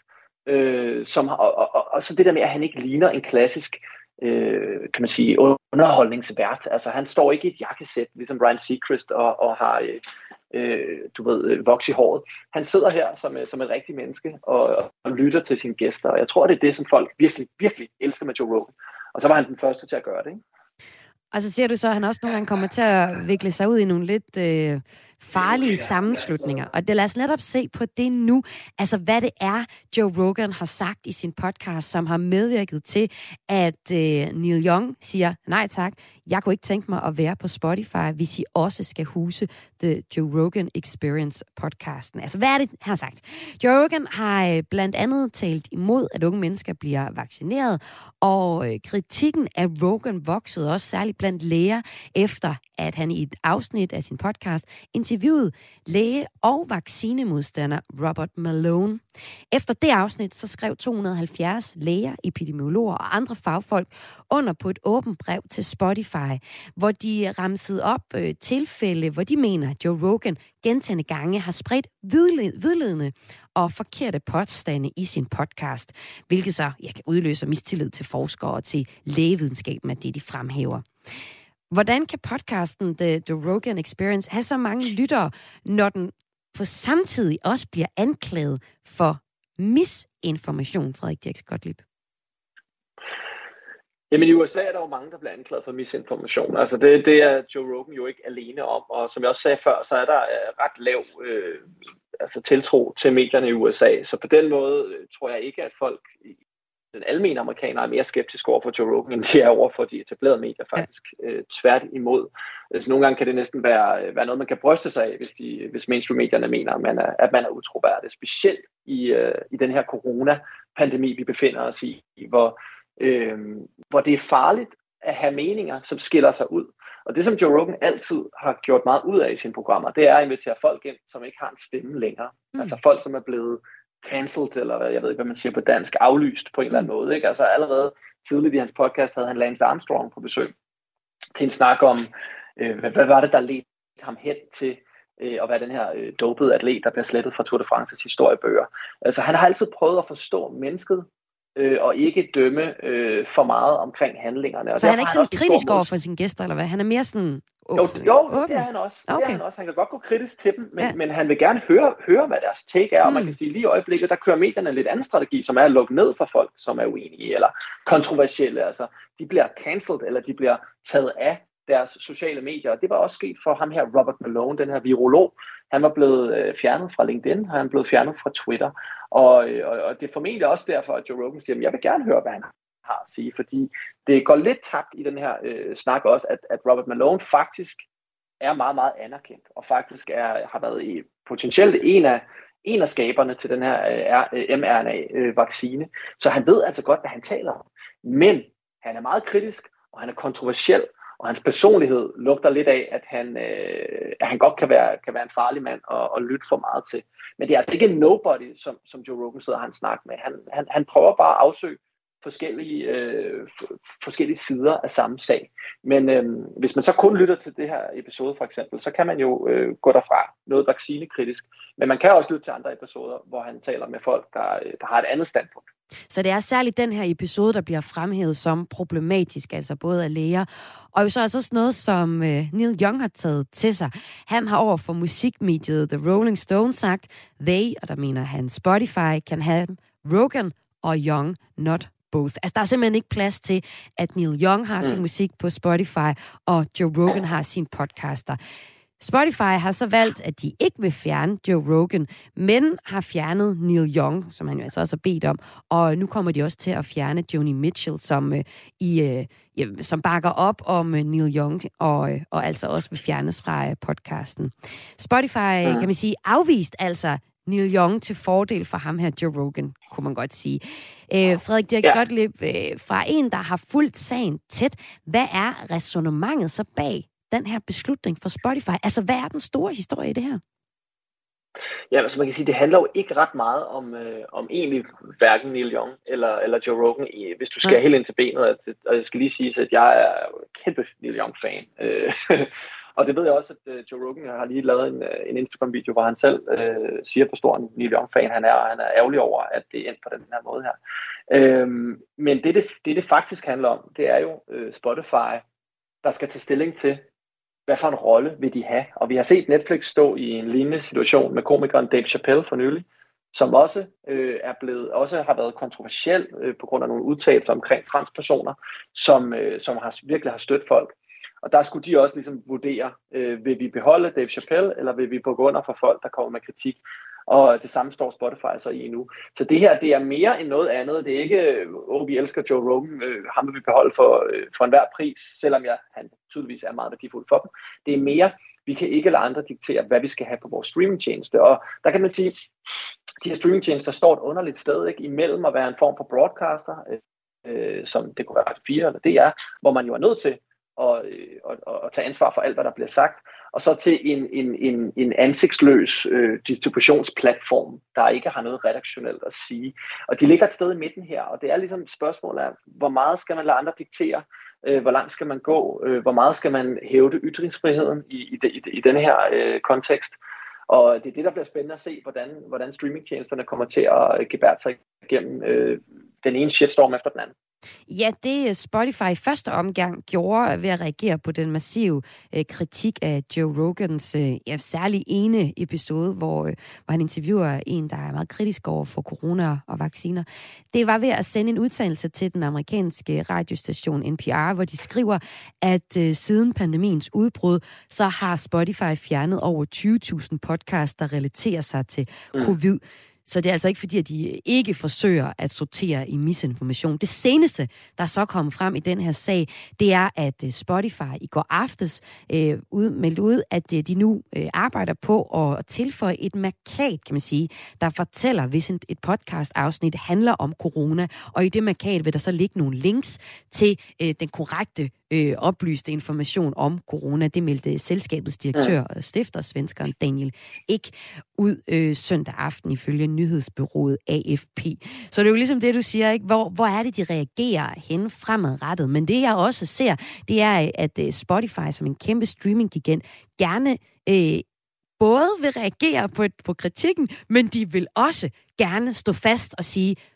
Øh, som, og, og, og, og så det der med, at han ikke ligner en klassisk øh, kan man sige, underholdningsvært. Altså han står ikke i et jakkesæt, ligesom Ryan Seacrest, og, og har... Øh, Øh, du ved, voks i håret. Han sidder her som, som et rigtigt menneske og, og lytter til sine gæster, og jeg tror, det er det, som folk virkelig, virkelig elsker med Joe Rogan. Og så var han den første til at gøre det, ikke? Og så ser du så, at han også nogle gange kommer til at vikle sig ud i nogle lidt øh, farlige sammenslutninger. Og det lad os netop se på det nu. Altså, hvad det er, Joe Rogan har sagt i sin podcast, som har medvirket til, at øh, Neil Young siger, nej tak, jeg kunne ikke tænke mig at være på Spotify, hvis I også skal huse The Joe Rogan Experience podcasten. Altså, hvad er det, han har sagt? Joe Rogan har blandt andet talt imod, at unge mennesker bliver vaccineret, og øh, kritikken af Rogan voksede også særligt blandt læger, efter at han i et afsnit af sin podcast interviewede læge og vaccinemodstander Robert Malone. Efter det afsnit, så skrev to hundrede og halvfjerds læger, epidemiologer og andre fagfolk under på et åbent brev til Spotify, hvor de ramsede op øh, tilfælde, hvor de mener, at Joe Rogan gentagne gange har spredt vildledende og forkerte påstande i sin podcast, hvilket så ja, kan udløse mistillid til forskere og til lægevidenskaben, at det de fremhæver. Hvordan kan podcasten The, The Rogan Experience have så mange lyttere, når den på samtidig også bliver anklaget for misinformation, Frederik Dirk Skotlib? Jamen i U S A er der jo mange, der bliver anklaget for misinformation. Altså det, det er Joe Rogan jo ikke alene om, og som jeg også sagde før, så er der ret lav øh, altså tiltro til medierne i U S A. Så på den måde øh, tror jeg ikke, at folk, den almene amerikaner, er mere skeptiske over for Joe Rogan, end de er over for de etablerede medier faktisk. Ja. Øh, tvært imod. Så nogle gange kan det næsten være, være noget, man kan bryste sig af, hvis, de, hvis mainstream-medierne mener, at man er, at man er utroværdig. Specielt i, øh, i den her corona-pandemi, vi befinder os i, hvor Øhm, hvor det er farligt at have meninger, som skiller sig ud. Og det, som Joe Rogan altid har gjort meget ud af i sine programmer, det er at invitere folk ind, som ikke har en stemme længere. Mm. Altså folk, som er blevet cancelled, eller jeg ved ikke, hvad man siger på dansk, aflyst på en eller anden måde. Ikke? Altså allerede tidligt i hans podcast havde han Lance Armstrong på besøg til en snak om, øh, hvad, hvad var det, der ledte ham hen til øh, at være den her øh, dopede atlet, der bliver slettet fra Tour de France's historiebøger. Altså han har altid prøvet at forstå mennesket, øh, og ikke dømme øh, for meget omkring handlingerne. Og så han er ikke sådan kritisk over for sine gæster, eller hvad? Han er mere sådan Jo, jo, det er han også. Okay. Det er han også. Han kan godt gå kritisk til dem, men, ja. men han vil gerne høre, høre, hvad deres take er. Mm. Og man kan sige, lige i øjeblikket, der kører medierne en lidt anden strategi, som er at lukke ned for folk, som er uenige eller kontroversielle. Altså, de bliver cancelled, eller de bliver taget af deres sociale medier. Og det var også sket for ham her, Robert Malone, den her virolog. Han var blevet øh, fjernet fra LinkedIn, og han blev fjernet fra Twitter. Og, øh, og det er formentlig også derfor, at Joe Rogan siger, at jeg vil gerne høre, hvad han har at sige, fordi det går lidt tabt i den her øh, snak også, at, at Robert Malone faktisk er meget, meget anerkendt, og faktisk er, har været i, potentielt en af, en af skaberne til den her øh, M R N A-vaccine. Så han ved altså godt, hvad han taler om. Men han er meget kritisk, og han er kontroversiel, og hans personlighed lugter lidt af, at han, øh, at han godt kan være, kan være en farlig mand og, og lytte for meget til. Men det er altså ikke en nobody, som, som Joe Rogan sidder og han snakker med. Han, han, han prøver bare at afsøge forskellige, øh, forskellige sider af samme sag. Men øh, hvis man så kun lytter til det her episode for eksempel, så kan man jo øh, gå derfra noget vaccinekritisk. Men man kan også lytte til andre episoder, hvor han taler med folk, der, der har et andet standpunkt. Så det er særligt den her episode, der bliver fremhævet som problematisk, altså både af læger, og jo så også noget, som øh, Neil Young har taget til sig. Han har over for musikmediet The Rolling Stone sagt, they, og der mener han Spotify, kan have Rogan og Young, not both. Altså, der er simpelthen ikke plads til, at Neil Young har sin mm. musik på Spotify, og Joe Rogan har sin podcaster. Spotify har så valgt, at de ikke vil fjerne Joe Rogan, men har fjernet Neil Young, som han jo altså også har bedt om, og nu kommer de også til at fjerne Joni Mitchell, som, øh, i, øh, ja, som bakker op om øh, Neil Young, og, øh, og altså også vil fjernes fra øh, podcasten. Spotify, ja. kan man sige, afvist altså Neil Young til fordel for ham her, Joe Rogan, kunne man godt sige. Øh, Frederik Dirks ja. Gottlieb, øh, fra en, der har fulgt sagen tæt, hvad er ræsonnementet så bag den her beslutning for Spotify? Altså, hvad er den store historie i det her? Ja, altså man kan sige, det handler jo ikke ret meget om, øh, om egentlig hverken Neil Young eller, eller Joe Rogan, i, hvis du skal ja. helt ind til benet. At, og jeg skal lige sige, at jeg er kæmpe Neil Young-fan. Øh, og det ved jeg også, at uh, Joe Rogan har lige lavet en, en Instagram-video, hvor han selv øh, siger, hvor stor en Neil Young-fan han er, og han er ærgerlig over, at det er endt på den her måde her. Øh, men det det, det, det faktisk handler om, det er jo øh, Spotify, der skal tage stilling til, hvad for en rolle vil de have? Og vi har set Netflix stå i en lignende situation med komikeren Dave Chappelle for nylig, som også øh, er blevet, også har været kontroversiel øh, på grund af nogle udtalelser omkring transpersoner, som, øh, som har, virkelig har stødt folk. Og der skulle de også ligesom vurdere, øh, vil vi beholde Dave Chappelle, eller vil vi bukke under for folk, der kommer med kritik? Og det samme står Spotify så i nu. Så det her, det er mere end noget andet. Det er ikke, åh, oh, vi elsker Joe Rogan, øh, ham vil vi beholde for, øh, for enhver pris, selvom jeg, han tydeligvis er meget værdifuld for dem. Det er mere, vi kan ikke lade andre diktere, hvad vi skal have på vores streamingtjeneste. Og der kan man sige, de her streamingtjenester står et underligt sted, ikke, imellem at være en form for broadcaster, øh, som det kunne være fire eller D R, hvor man jo er nødt til og, og, og tage ansvar for alt, hvad der bliver sagt, og så til en, en, en, en ansigtsløs øh, distributionsplatform, der ikke har noget redaktionelt at sige. Og de ligger et sted i midten her, og det er ligesom et spørgsmål af, hvor meget skal man lade andre diktere, øh, hvor langt skal man gå, øh, hvor meget skal man hævde ytringsfriheden i, i, i, i denne her øh, kontekst. Og det er det, der bliver spændende at se, hvordan, hvordan streamingtjenesterne kommer til at gebære sig igennem øh, den ene shitstorm efter den anden. Ja, det Spotify i første omgang gjorde ved at reagere på den massive øh, kritik af Joe Rogans øh, ja, særlig ene episode, hvor, øh, hvor han interviewer en, der er meget kritisk over for corona og vacciner. Det var ved at sende en udtalelse til den amerikanske radiostation N P R, hvor de skriver, at øh, siden pandemiens udbrud, så har Spotify fjernet over tyve tusind podcasts, der relaterer sig til mm. covid. Så det er altså ikke fordi, at de ikke forsøger at sortere i misinformation. Det seneste, der så kom frem i den her sag, det er, at Spotify i går aftes øh, ud, meldte ud, at de nu øh, arbejder på at tilføje et markat, kan man sige, der fortæller, hvis et podcast-afsnit handler om corona. Og i det markat vil der så ligge nogle links til øh, den korrekte Øh, oplyste information om corona. Det meldte selskabets direktør og stifter, svenskeren Daniel Ek, ud øh, søndag aften ifølge nyhedsbureauet A F P. Så det er jo ligesom det, du siger, ikke? Hvor, hvor er det, de reagerer hen fremadrettet? Men det, jeg også ser, det er, at øh, Spotify som en kæmpe streaminggigant gerne øh, både vil reagere på, på kritikken, men de vil også gerne stå fast og sige,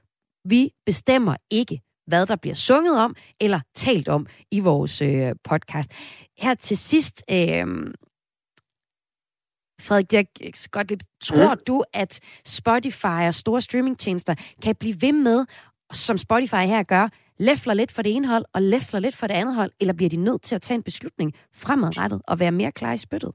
Vi bestemmer ikke, hvad der bliver sunget om eller talt om i vores øh, podcast. Her til sidst, øh, Frederik Dirk Skotlib, tror mm. du, at Spotify og store streamingtjenester kan blive ved med, som Spotify her gør, læfler lidt for det ene hold og læfler lidt for det andet hold, eller bliver de nødt til at tage en beslutning fremadrettet og være mere klar i spyttet?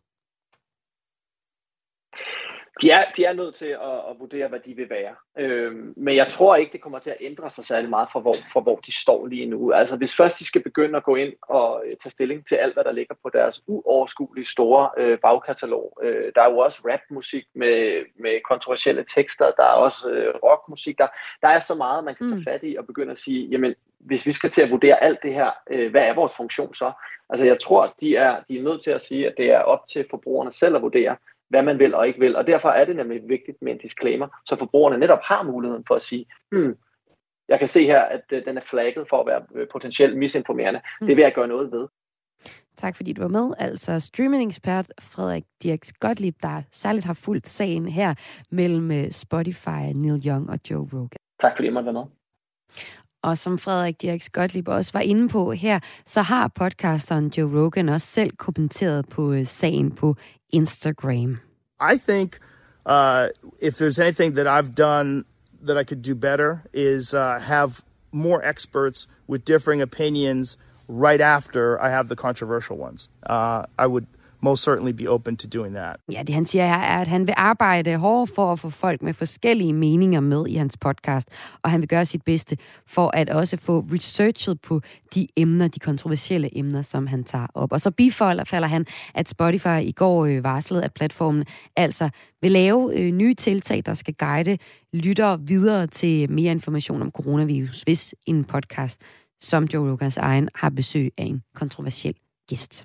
De er, de er nødt til at, at vurdere, hvad de vil være. Øhm, men jeg tror ikke, det kommer til at ændre sig særlig meget fra hvor, fra hvor de står lige nu. Altså hvis først de skal begynde at gå ind og øh, tage stilling til alt, hvad der ligger på deres uoverskuelige store øh, bagkatalog. Øh, der er jo også rapmusik med, med kontroversielle tekster. Der er også øh, rockmusik. Der, der er så meget, man kan tage fat i og begynde at sige, jamen hvis vi skal til at vurdere alt det her, øh, hvad er vores funktion så? Altså jeg tror, de er, de er nødt til at sige, at det er op til forbrugerne selv at vurdere, hvad man vil og ikke vil. Og derfor er det nemlig vigtigt med en disclaimer, så forbrugerne netop har muligheden for at sige, hmm, jeg kan se her, at uh, den er flagget for at være potentielt misinformerende. Mm. Det vil jeg gøre noget ved. Tak fordi du var med. Altså streaming-ekspert Frederik Dirk Skotlib, der særligt har fulgt sagen her mellem Spotify, Neil Young og Joe Rogan. Tak fordi jeg måtte være med. Og som Frederik Dirk Skotlib også var inde på her, så har podcasteren Joe Rogan også selv kommenteret på sagen på Instagram. I think uh, if there's anything that I've done that I could do better is uh, have more experts with differing opinions right after I have the controversial ones. Uh, I would most certainly be open to doing that. Ja, det han siger her er, at han vil arbejde hårdt for at få folk med forskellige meninger med i hans podcast, og han vil gøre sit bedste for at også få researchet på de emner, de kontroversielle emner, som han tager op. Og så bifalder han, at Spotify i går øh, varslede, at platformen altså vil lave øh, nye tiltag, der skal guide lyttere videre til mere information om coronavirus, hvis en podcast som Joe Rogans egen har besøg af en kontroversiel gæst.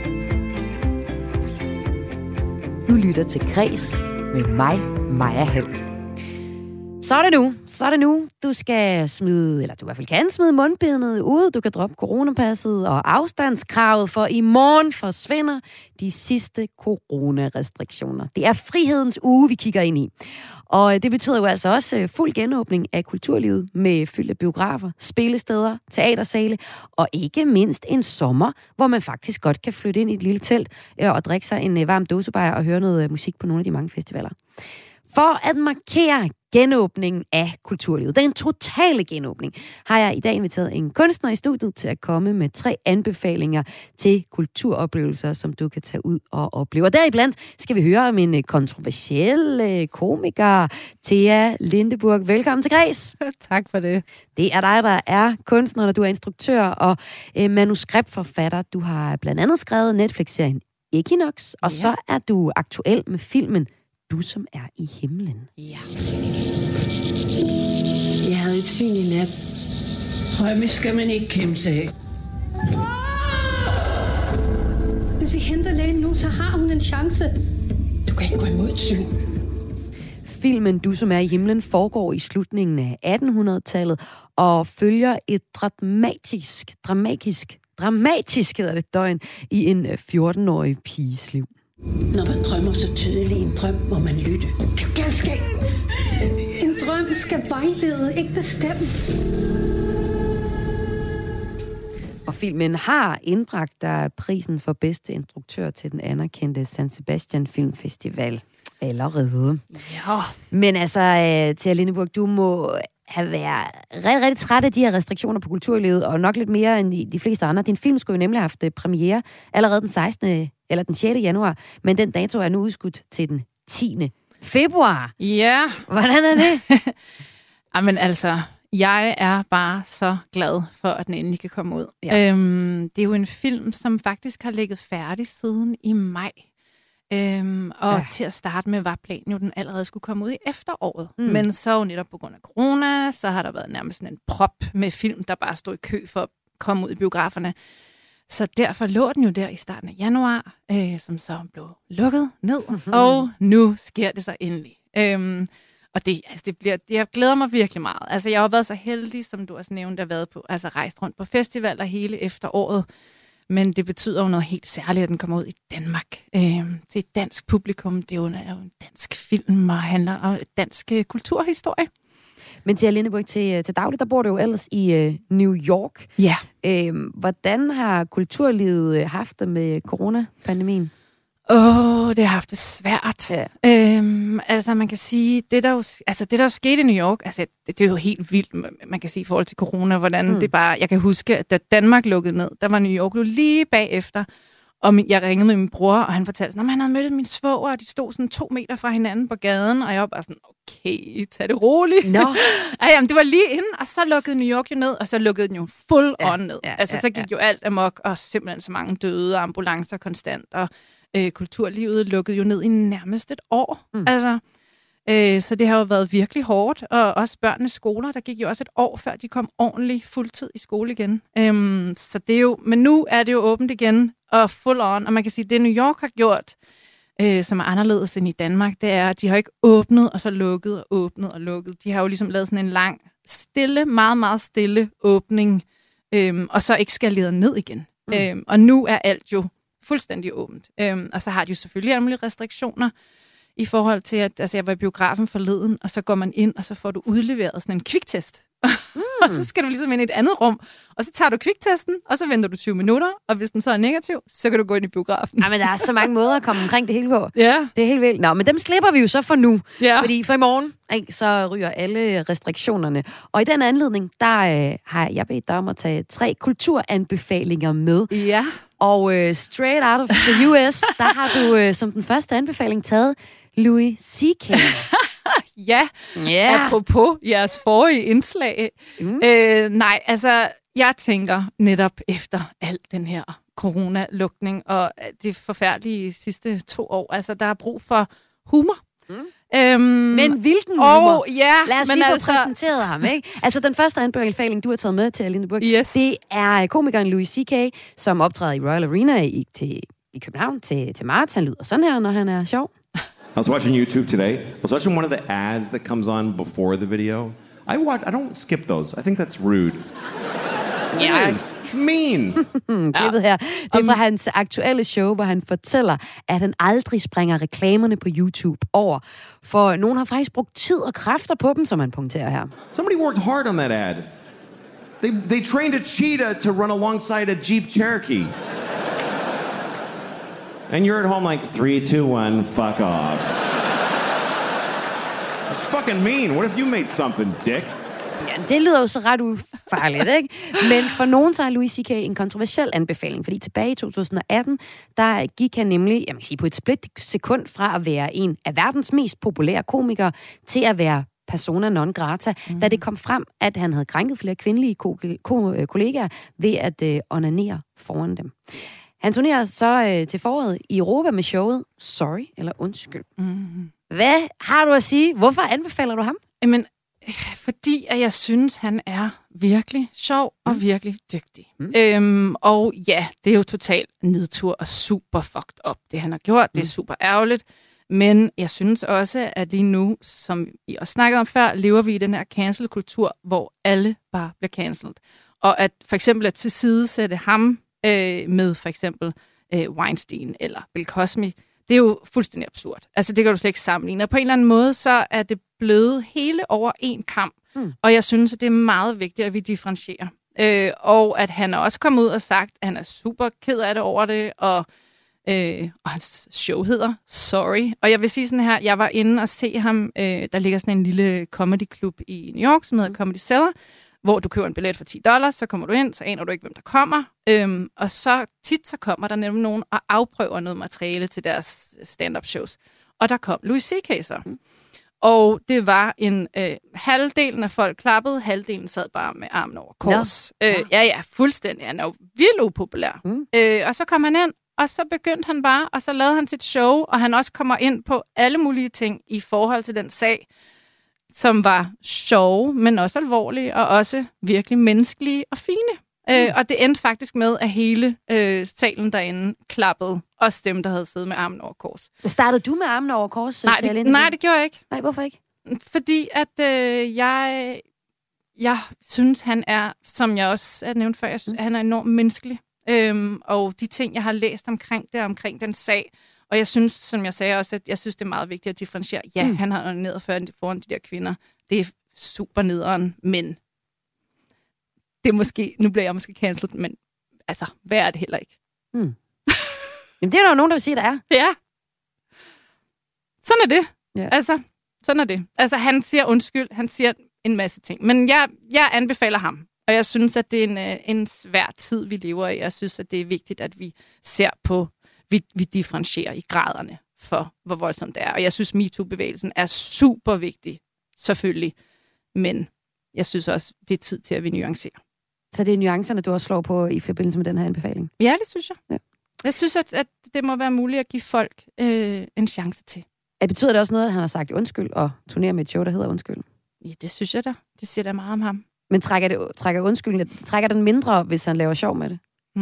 Du lytter til Kres med mig, Maja Hall. Så er det nu. Så er det nu. Du skal smide, eller du i hvert fald kan smide mundbindet ud. Du kan droppe coronapasset og afstandskravet, for i morgen forsvinder de sidste coronarestriktioner. Det er frihedens uge, vi kigger ind i. Og det betyder jo altså også fuld genåbning af kulturlivet med fyldte biografer, spillesteder, teatersale og ikke mindst en sommer, hvor man faktisk godt kan flytte ind i et lille telt og drikke sig en varm dåsebajer og høre noget musik på nogle af de mange festivaler. For at markere genåbningen af kulturlivet, den totale genåbning, har jeg i dag inviteret en kunstner i studiet til at komme med tre anbefalinger til kulturoplevelser, som du kan tage ud og opleve. Og deriblandt skal vi høre om en kontroversiel komiker, Thea Lindeburg. Velkommen til Kres. Tak for det. Det er dig, der er kunstner, og du er instruktør og manuskriptforfatter. Du har blandt andet skrevet Netflix-serien Equinox, og ja. Så er du aktuel med filmen Du, som er i himlen. Ja. Jeg havde et syn i nat. Drømme skal man ikke kæmpe sig. Hvis vi henter lægen nu, så har hun en chance. Du kan ikke gå imod et syn. Filmen Du, som er i himlen, foregår i slutningen af attenhundredetallet og følger et dramatisk, dramatisk, dramatisk hedder det, døgn i en fjorten-årig piges liv. Når man drømmer så tydeligt en drøm, må man lytte. Det er galskab. En drøm skal vejlede, ikke bestemme. Og filmen har indbragt der prisen for bedste instruktør til den anerkendte San Sebastian Filmfestival allerede. Ja. Men altså, Thea Lindeburg, du må have været rigtig, rigtig træt af de her restriktioner på kulturlivet, og nok lidt mere end de, de fleste andre. Din film skulle jo nemlig have haft premiere allerede den sekstende eller den sjette januar, men den dato er nu udskudt til den tiende februar. Ja. Hvordan er det? Jamen altså, jeg er bare så glad for, at den endelig kan komme ud. Ja. Øhm, det er jo en film, som faktisk har ligget færdig siden i maj. Øhm, og ja. Til at starte med var planen jo, den allerede skulle komme ud i efteråret. Mm. Men så jo netop på grund af corona, så har der været nærmest sådan en prop med film, der bare stod i kø for at komme ud i biograferne. Så derfor lå den jo der i starten af januar, øh, som så blev lukket ned. Mm-hmm. Og nu sker det så endelig. Øhm, og det, altså det bliver, det, jeg glæder mig virkelig meget. Altså jeg har været så heldig, som du også nævnte, at været på, altså rejst rundt på festivaler hele efteråret. Men det betyder jo noget helt særligt, at den kommer ud i Danmark øh, til et dansk publikum. Det er jo, er jo en dansk film og handler om dansk kulturhistorie. Men til Lindeburg, til, til daglig, der bor du jo ellers i øh, New York. Ja. Øhm, hvordan har kulturlivet haft det med coronapandemien? Åh, oh, det har haft det svært. Ja. Øhm, altså, man kan sige, det der jo, altså, det der jo skete i New York, altså, det, det er jo helt vildt, man kan sige, i forhold til corona, hvordan mm. det bare, jeg kan huske, at da Danmark lukkede ned, der var New York jo lige bagefter, og min, jeg ringede med min bror, og han fortalte, at han havde mødt min svoger, og de stod sådan to meter fra hinanden på gaden, og jeg var bare sådan, okay, tag det roligt. No. Ej, jamen, det var lige inden, og så lukkede New York jo ned, og så lukkede den jo full ja, on ned. Ja, altså, ja, så gik ja. jo alt amok, og simpelthen så mange døde, og ambulancer konstant, og øh, kulturlivet lukkede jo ned i nærmest et år. Mm. Altså, øh, så det har jo været virkelig hårdt, og også børnenes skoler, der gik jo også et år, før de kom ordentligt fuldtid i skole igen. Øhm, så det er jo, men nu er det jo åbent igen, og full on, og man kan sige, det New York har gjort, øh, som er anderledes end i Danmark, det er, at de har ikke åbnet, og så lukket, og åbnet, og lukket. De har jo ligesom lavet sådan en lang, stille, meget, meget stille åbning, øhm, og så ikke skaleret ned igen. Mm. Øhm, og nu er alt jo fuldstændig åbent. Øhm, og så har de jo selvfølgelig alle mulige restriktioner i forhold til, at altså, jeg var i biografen forleden, og så går man ind, og så får du udleveret sådan en kviktest. Mm. Og så skal du ligesom ind i et andet rum, og så tager du kviktesten, og så venter du tyve minutter, og hvis den så er negativ, så kan du gå ind i biografen. Nej, men der er så mange måder at komme omkring det hele på. Ja. Det er helt vildt. Nå, men dem slipper vi jo så for nu, ja. fordi for i morgen, ikke, så ryger alle restriktionerne. Og i den anledning, der øh, har jeg bedt dig om at tage tre kulturanbefalinger med. Ja. Og øh, straight out of the U S, der har du øh, som den første anbefaling taget Louis C K. Ja, yeah. Apropos jeres forrige indslag. Mm. Øh, nej, altså, jeg tænker netop efter alt den her coronalukning og de forfærdelige sidste to år, altså, der er brug for humor. Mm. Øhm, men hvilken humor? Og, ja, Lad os men lige få altså... præsenteret ham, ikke? Altså, den første anbefaling, du har taget med til Lindeburg, yes. det er komikeren Louis C K, som optræder i Royal Arena i, til, i København til, til marts. Han lyder sådan her, når han er sjov. I was watching YouTube today. I was watching one of the ads that comes on before the video. I watch. I don't skip those. I think that's rude. Yeah. It is. It's mean. Klippet her. Det er fra hans aktuelle show, hvor han fortæller, at han aldrig springer reklamerne på YouTube over. For nogen har faktisk brugt tid og kræfter på dem, som han punkterer her. Somebody worked hard on that ad. They they trained a cheetah to run alongside a Jeep Cherokee. And you're at home like, three, two, one, fuck off. It's fucking mean. What if you made something, dick? Ja, det lyder jo så ret ufarligt, ikke? Men for nogen så er Louis C K en kontroversiel anbefaling, fordi tilbage i to tusind og atten, der gik han nemlig, jeg vil sige, på et split sekund fra at være en af verdens mest populære komikere til at være persona non grata, mm. da det kom frem, at han havde krænket flere kvindelige ko- ko- kollegaer ved at øh, onanere foran dem. Han turnerer så øh, til foråret i Europa med showet Sorry, eller Undskyld. Mm. Hvad har du at sige? Hvorfor anbefaler du ham? Jamen, fordi at jeg synes, han er virkelig sjov og mm. virkelig dygtig. Mm. Øhm, og ja, det er jo totalt nedtur og super fucked up, det han har gjort. Mm. Det er super ærgerligt. Men jeg synes også, at lige nu, som I også snakkede om før, lever vi i den her cancel-kultur, hvor alle bare bliver cancelled. Og at for eksempel at tilsidesætte ham øh, med for eksempel øh, Weinstein eller Bill Cosby, det er jo fuldstændig absurd. Altså, det kan du slet ikke sammenligne. Og på en eller anden måde, så er det blevet hele over en kamp. Mm. Og jeg synes, at det er meget vigtigt, at vi differentierer. Øh, og at han er også kommet ud og sagt, at han er super ked af det over det, og, øh, og hans show hedder Sorry. Og jeg vil sige sådan her, jeg var inde og se ham, øh, der ligger sådan en lille comedy-klub i New York, som hedder mm. Comedy Cellar, hvor du køber en billet for ti dollars, så kommer du ind, så aner du ikke, hvem der kommer. Øhm, og så tit så kommer der nemlig nogen og afprøver noget materiale til deres stand-up shows. Og der kom Louis C K så. Mm. Og det var en øh, halvdelen af folk klappede, halvdelen sad bare med armen over kors. No. Øh, ja, ja, fuldstændig. Han er jo vildt upopulær. Mm. Øh, og så kom han ind, og så begyndte han bare, og så lavede han sit show, og han også kommer ind på alle mulige ting i forhold til den sag, som var sjove, men også alvorlige, og også virkelig menneskelige og fine. Mm. Øh, og det endte faktisk med, at hele øh, salen derinde klappede, også dem, der havde siddet med armen over kors. Startede du med armen over kors? Nej, det, nej, det gjorde jeg ikke. Nej, hvorfor ikke? Fordi at øh, jeg, jeg synes, han er, som jeg også har nævnt før, jeg synes, mm. han er enormt menneskelig. Øhm, og de ting, jeg har læst omkring det, omkring den sag, og jeg synes, som jeg sagde også, at jeg synes, det er meget vigtigt at differentiere. Ja, mm. han har onaneret foran, foran de der kvinder. Det er super nederen, men det er måske, nu bliver jeg måske cancelled, men altså, hvad er det heller ikke? Hmm. Jamen, det er der jo nogen, der vil sige, der er. Ja. Sådan er det. Ja. Altså, sådan er det. Altså, han siger undskyld, han siger en masse ting. Men jeg, jeg anbefaler ham. Og jeg synes, at det er en, en svær tid, vi lever i. Jeg synes, at det er vigtigt, at vi ser på, vi, vi differentierer i graderne for, hvor voldsomt det er. Og jeg synes, MeToo-bevægelsen er super vigtig, selvfølgelig. Men jeg synes også, det er tid til, at vi nuancerer. Så det er nuancerne, du også slår på i forbindelse med den her anbefaling? Ja, det synes jeg. Ja. Jeg synes, at, at det må være muligt at give folk øh, en chance til. Det betyder det også noget, at han har sagt undskyld og turnerer med et show, der hedder Undskyld? Ja, det synes jeg da. Det siger da meget om ham. Men trækker, det, trækker undskylden, trækker den mindre, hvis han laver sjov med det?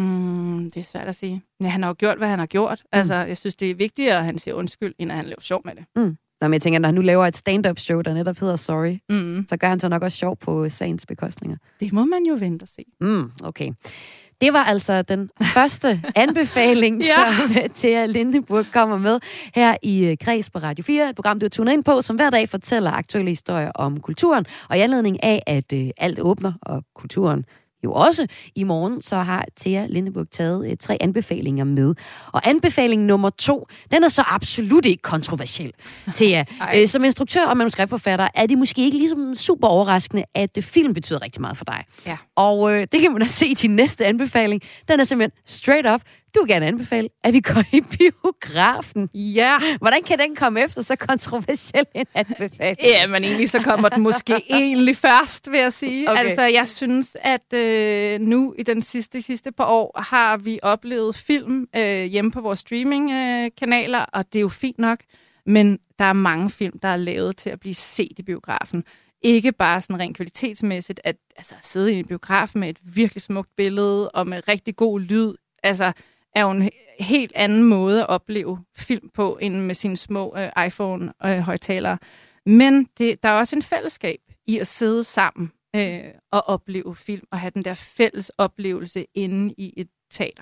Mm, det er svært at sige. Ja, han har jo gjort, hvad han har gjort. Mm. Altså, jeg synes, det er vigtigere, at han siger undskyld, end at han laver sjov med det. Mm. Nå, men jeg tænker, når han nu laver et stand-up show, der netop hedder Sorry, mm. så gør han så nok også sjov på sagens bekostninger. Det må man jo vente og se. Mm, okay. Det var altså den første anbefaling, ja. som Thea Lindeburg kommer med her i Kreds på Radio fire. Et program, du har tunet ind på, som hver dag fortæller aktuelle historier om kulturen. Og i anledning af, at øh, alt åbner, og kulturen jo også i morgen, så har Thea Lindeburg taget øh, tre anbefalinger med. Og anbefaling nummer to, den er så absolut ikke kontroversiel. Thea, øh, som instruktør og manuskriptforfatter, er det måske ikke ligesom super overraskende, at øh, film betyder rigtig meget for dig. Ja. Og øh, det kan man da se i din næste anbefaling. Den er simpelthen straight up. Du vil gerne anbefale, at vi går i biografen. Ja. Hvordan kan den komme efter så kontroversiel en anbefaling? Ja, men egentlig så kommer den måske egentlig først, vil jeg sige. Okay. Altså, jeg synes, at øh, nu i den sidste, sidste par år har vi oplevet film øh, hjemme på vores streamingkanaler, øh, og det er jo fint nok. Men der er mange film, der er lavet til at blive set i biografen. Ikke bare sådan rent kvalitetsmæssigt, at altså, sidde i en biograf med et virkelig smukt billede og med rigtig god lyd, altså er jo en helt anden måde at opleve film på, end med sine små øh, iPhone-højtalere. Men det, der er også en fællesskab i at sidde sammen øh, og opleve film, og have den der fælles oplevelse inde i et teater.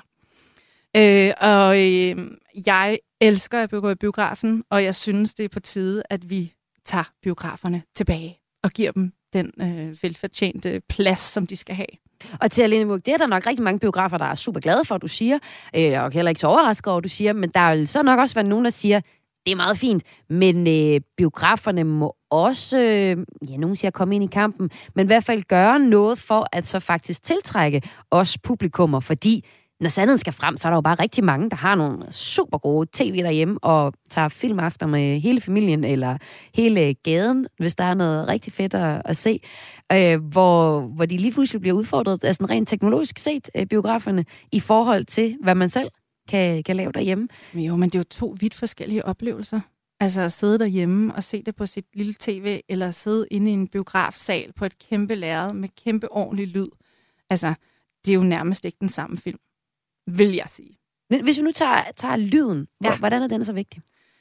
Øh, og øh, jeg elsker at gå i biografen, og jeg synes, det er på tide, at vi tager biograferne tilbage og giver dem den øh, velfortjente plads, som de skal have. Og til Alene Munk, det er der nok rigtig mange biografer, der er super glade for, at du siger, øh, og heller ikke så overrasket over, at du siger, men der vil så nok også være nogen, der siger, det er meget fint, men øh, biograferne må også, øh, ja, nogen siger komme ind i kampen, men i hvert fald gøre noget for at så faktisk tiltrække os publikummer, fordi når sandheden skal frem, så er der jo bare rigtig mange, der har nogle super gode tv derhjemme og tager film after med hele familien eller hele gaden, hvis der er noget rigtig fedt at, at se, øh, hvor, hvor de lige pludselig bliver udfordret, altså rent teknologisk set, øh, biograferne, i forhold til, hvad man selv kan, kan lave derhjemme. Jo, men det er jo to vidt forskellige oplevelser. Altså at sidde derhjemme og se det på sit lille tv, eller sidde inde i en biografsal på et kæmpe lærred med kæmpe ordentlig lyd. Altså, det er jo nærmest ikke den samme film, vil jeg sige. Men hvis vi nu tager, tager lyden, ja. Hvordan er den så vigtig?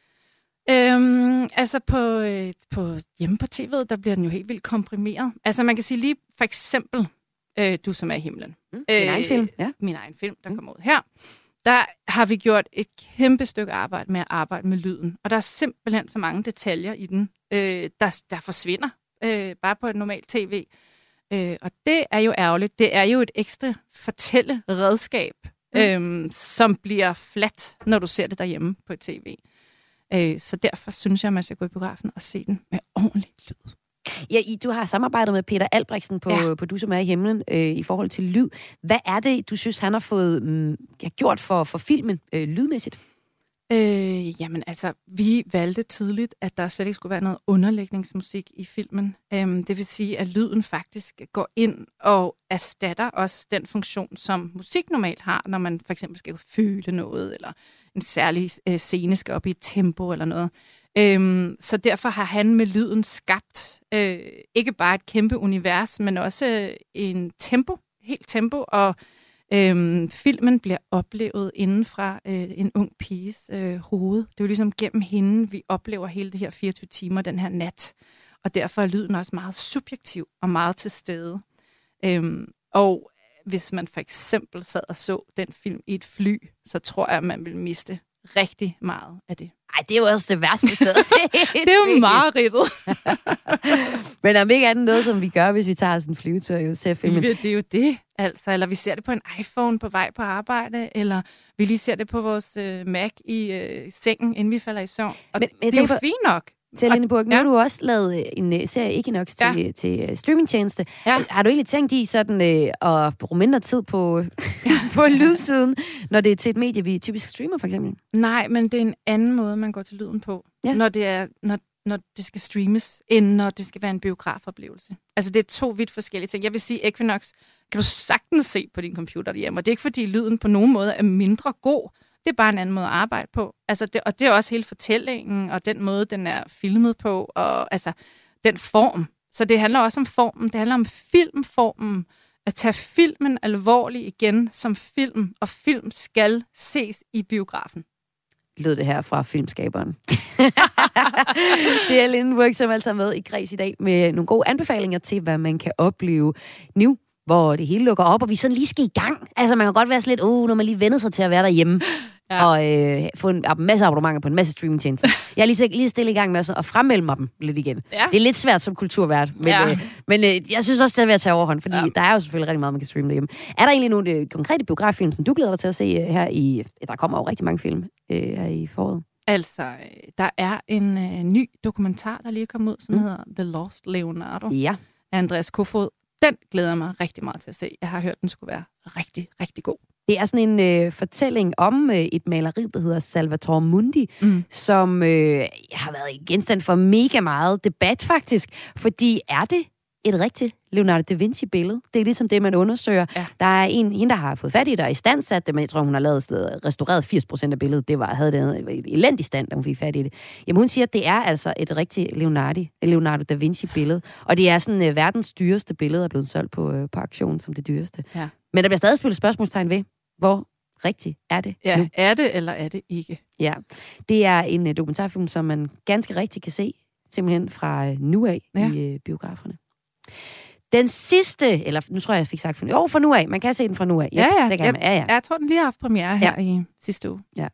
Øhm, altså på, øh, på hjemme på tv'et, der bliver den jo helt vildt komprimeret. Altså man kan sige lige for eksempel, øh, Du som er i himlen. Mm, min øh, egen film, ja. Min egen film, der mm. kommer ud her. Der har vi gjort et kæmpe stykke arbejde med at arbejde med lyden. Og der er simpelthen så mange detaljer i den, øh, der, der forsvinder øh, bare på et normalt tv. Øh, og det er jo ærgerligt. Det er jo et ekstra fortælleredskab, mm. øh, som bliver fladt, når du ser det derhjemme på et tv. Øh, så derfor synes jeg, at man skal gå i biografen og se den med ordentlig lyd. Ja, I, du har samarbejdet med Peter Albrechtsen på, ja. på Du som er i himlen øh, i forhold til lyd. Hvad er det, du synes, han har fået mm, gjort for, for filmen øh, lydmæssigt? Øh, jamen altså, vi valgte tidligt, at der slet ikke skulle være noget underlægningsmusik i filmen. Øhm, det vil sige, at lyden faktisk går ind og erstatter også den funktion, som musik normalt har, når man for eksempel skal føle noget, eller en særlig øh, scene skal op i et tempo eller noget. Øhm, så derfor har han med lyden skabt øh, ikke bare et kæmpe univers, men også øh, en tempo, helt tempo, og øhm, filmen bliver oplevet inden fra øh, en ung piges øh, hoved. Det er jo ligesom gennem hende, vi oplever hele det her fireogtyve timer, den her nat. Og derfor er lyden også meget subjektiv og meget til stede. Øhm, og hvis man for eksempel sad og så den film i et fly, så tror jeg, at man vil miste rigtig meget af det. Ej, det er jo også det værste sted at se. Det er jo meget ridtet. Men om ikke andet noget, som vi gør, hvis vi tager sådan en flyvetur og ser filmen. Det er jo det, altså. Eller vi ser det på en iPhone på vej på arbejde, eller vi lige ser det på vores øh, Mac i øh, sengen, inden vi falder i søvn. Og men, men det er jo fint nok. Til Lene Burg, nu ja. har du også lavet en uh, serie Equinox til, ja. til uh, streamingtjeneste. Ja. Har du egentlig tænkt i sådan uh, at bruge mindre tid på, på lydsiden, når det er til et medie, vi typisk streamer, for eksempel? Nej, men det er en anden måde, man går til lyden på, ja. når, det er, når, når det skal streames, end når det skal være en biografoplevelse. Altså, det er to vidt forskellige ting. Jeg vil sige, Equinox kan du sagtens se på din computer derhjemme, og det er ikke, fordi lyden på nogen måde er mindre god. Det er bare en anden måde at arbejde på. Altså det, og det er også hele fortællingen, og den måde, den er filmet på, og altså den form. Så det handler også om formen. Det handler om filmformen. At tage filmen alvorligt igen som film, og film skal ses i biografen. Lød det her fra filmskaberen. Det er Lene Burg, som altså er med i Græs i dag med nogle gode anbefalinger til, hvad man kan opleve nu, hvor det hele lukker op, og vi sådan lige skal i gang. Altså, man kan godt være sådan lidt, åh, når man lige vender sig til at være derhjemme, ja. og øh, få en, en masse abonnementer på en masse streamingtjenester. Jeg er lige, lige stille i gang med at fremmelde mig dem lidt igen. Ja. Det er lidt svært som kulturvært, men, ja. øh, men øh, jeg synes også, det er ved at tage overhånd, fordi ja. der er jo selvfølgelig rigtig meget, man kan streame derhjemme. Er der egentlig nogle øh, konkrete biograffilm, som du glæder dig til at se øh, her i... Der kommer jo rigtig mange film øh, her i foråret. Altså, der er en øh, ny dokumentar, der lige er kommet ud, som mm. hedder The Lost Leonardo. Ja. Af Andreas Kofod. Den glæder mig rigtig meget til at se. Jeg har hørt, den skulle være rigtig, rigtig god. Det er sådan en øh, fortælling om øh, et maleri, der hedder Salvator Mundi, mm. som øh, har været genstand for mega meget debat faktisk. Fordi er det et rigtigt Leonardo da Vinci-billede? Det er ligesom det, man undersøger. Ja. Der er en, hende, der har fået fat i det og i stand sat det, men jeg tror, hun har lavet restaureret firs procent af billedet. Det var, havde det i elendig stand, da hun fik fat i det. Jamen, hun siger, at det er altså et rigtigt Leonardo, Leonardo da Vinci-billede. Og det er sådan uh, verdens dyreste billede, der er blevet solgt på, uh, på auktion som det dyreste. Ja. Men der bliver stadig spillet spørgsmålstegn ved, hvor rigtigt er det Ja, nu? Er det eller er det ikke? Ja, det er en uh, dokumentarfilm, som man ganske rigtigt kan se, simpelthen fra uh, nu af ja. i uh, biograferne. Den sidste, eller nu tror jeg, jeg fik sagt for nu. Jo, fra nu af. Man kan se den fra nu af. Yes, ja, ja. Det kan jeg, man. Ja, ja. Jeg tror, den lige har haft premiere her ja. i sidste uge. Ja.